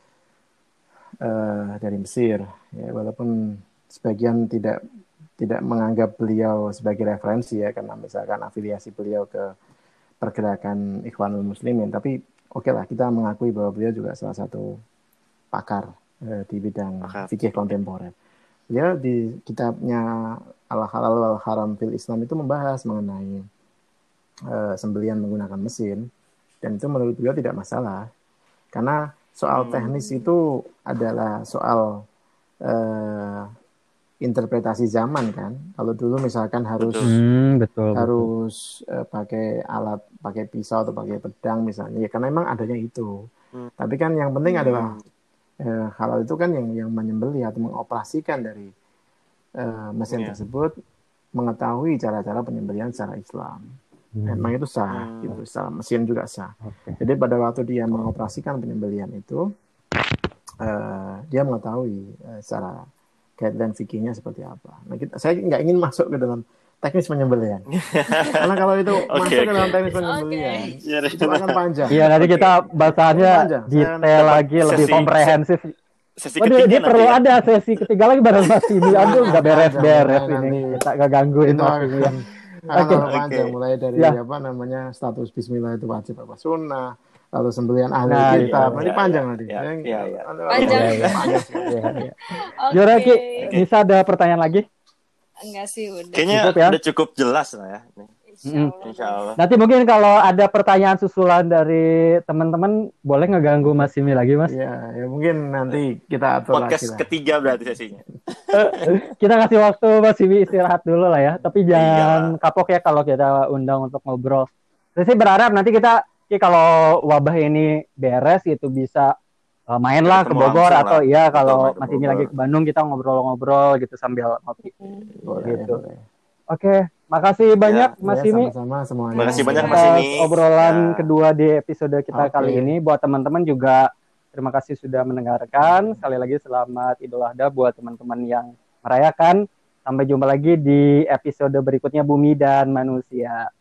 Uh, dari Mesir ya, walaupun sebagian tidak tidak menganggap beliau sebagai referensi ya karena misalkan afiliasi beliau ke pergerakan Ikhwanul Muslimin, tapi oke okay lah kita mengakui bahwa beliau juga salah satu pakar uh, di bidang fikih kontemporer. Beliau di kitabnya Al-Halal wal Haram fil Islam itu membahas mengenai uh, sembelihan menggunakan mesin, dan itu menurut beliau tidak masalah karena soal teknis itu adalah soal uh, interpretasi zaman kan. Kalau dulu misalkan harus hmm, betul, harus betul. Uh, pakai alat, pakai pisau atau pakai pedang misalnya, ya karena memang adanya itu. Hmm. Tapi kan yang penting hmm. adalah uh, halal itu kan yang yang menyembelih atau mengoperasikan dari uh, mesin yeah. tersebut mengetahui cara-cara penyembelihan secara Islam. Hmm. Memang itu sah, hmm. gitu, secara mesin juga sah. Okay. Jadi pada waktu dia mengoperasikan penyembelihan itu, uh, dia mengetahui uh, secara guideline fikihnya seperti apa. Nah, kita, saya nggak ingin masuk ke dalam teknis penyembelihan, karena kalau itu okay, masuk okay. ke dalam teknis penyembelihan, okay. itu akan panjang. Iya, nanti kita bahasannya detail lagi, sesi, lebih komprehensif. Sesi oh, dia perlu ya? Ada sesi ketiga lagi bareng Mas ini. Aduh, nggak beres-beres ini. Kita nggak gangguin Mas ini. Akan okay. panjang, okay. mulai dari ya. apa namanya status Bismillah itu wajib apa sunnah, lalu sembelihan ahli nah, kitab, nanti ya, panjang ya, nanti. Ya, ya, ya, ya. Panjang. Ya, ya. ya, ya. Jura Ki, bisa ada pertanyaan lagi? Enggak sih, udah. Kayaknya cukup, ya? Udah cukup jelas lah ya. Insya Allah. Insya Allah. Nanti mungkin kalau ada pertanyaan susulan dari teman-teman, boleh ngeganggu Mas Simi lagi, Mas? Iya, ya mungkin nanti kita atur podcast lagi lah. Ketiga berarti sesinya. Kita kasih waktu Mas Simi istirahat dulu lah ya. Tapi jangan iya. kapok ya kalau kita undang untuk ngobrol. Saya sih berharap nanti kita, kalau wabah ini beres itu bisa uh, main lah ke Bogor atau lah. Ya kalau Mas Simi lagi ke Bandung kita ngobrol-ngobrol gitu sambil ngopi. Boleh, gitu. Boleh. Oke, makasih banyak ya, Mas Simi. Sama-sama semuanya. Makasih banyak Mas Simi. Obrolan ya. kedua di episode kita ya, kali okay. ini. Buat teman-teman juga Terima kasih sudah mendengarkan. Sekali lagi selamat Idul Adha buat teman-teman yang merayakan. Sampai jumpa lagi di episode berikutnya Bumi dan Manusia.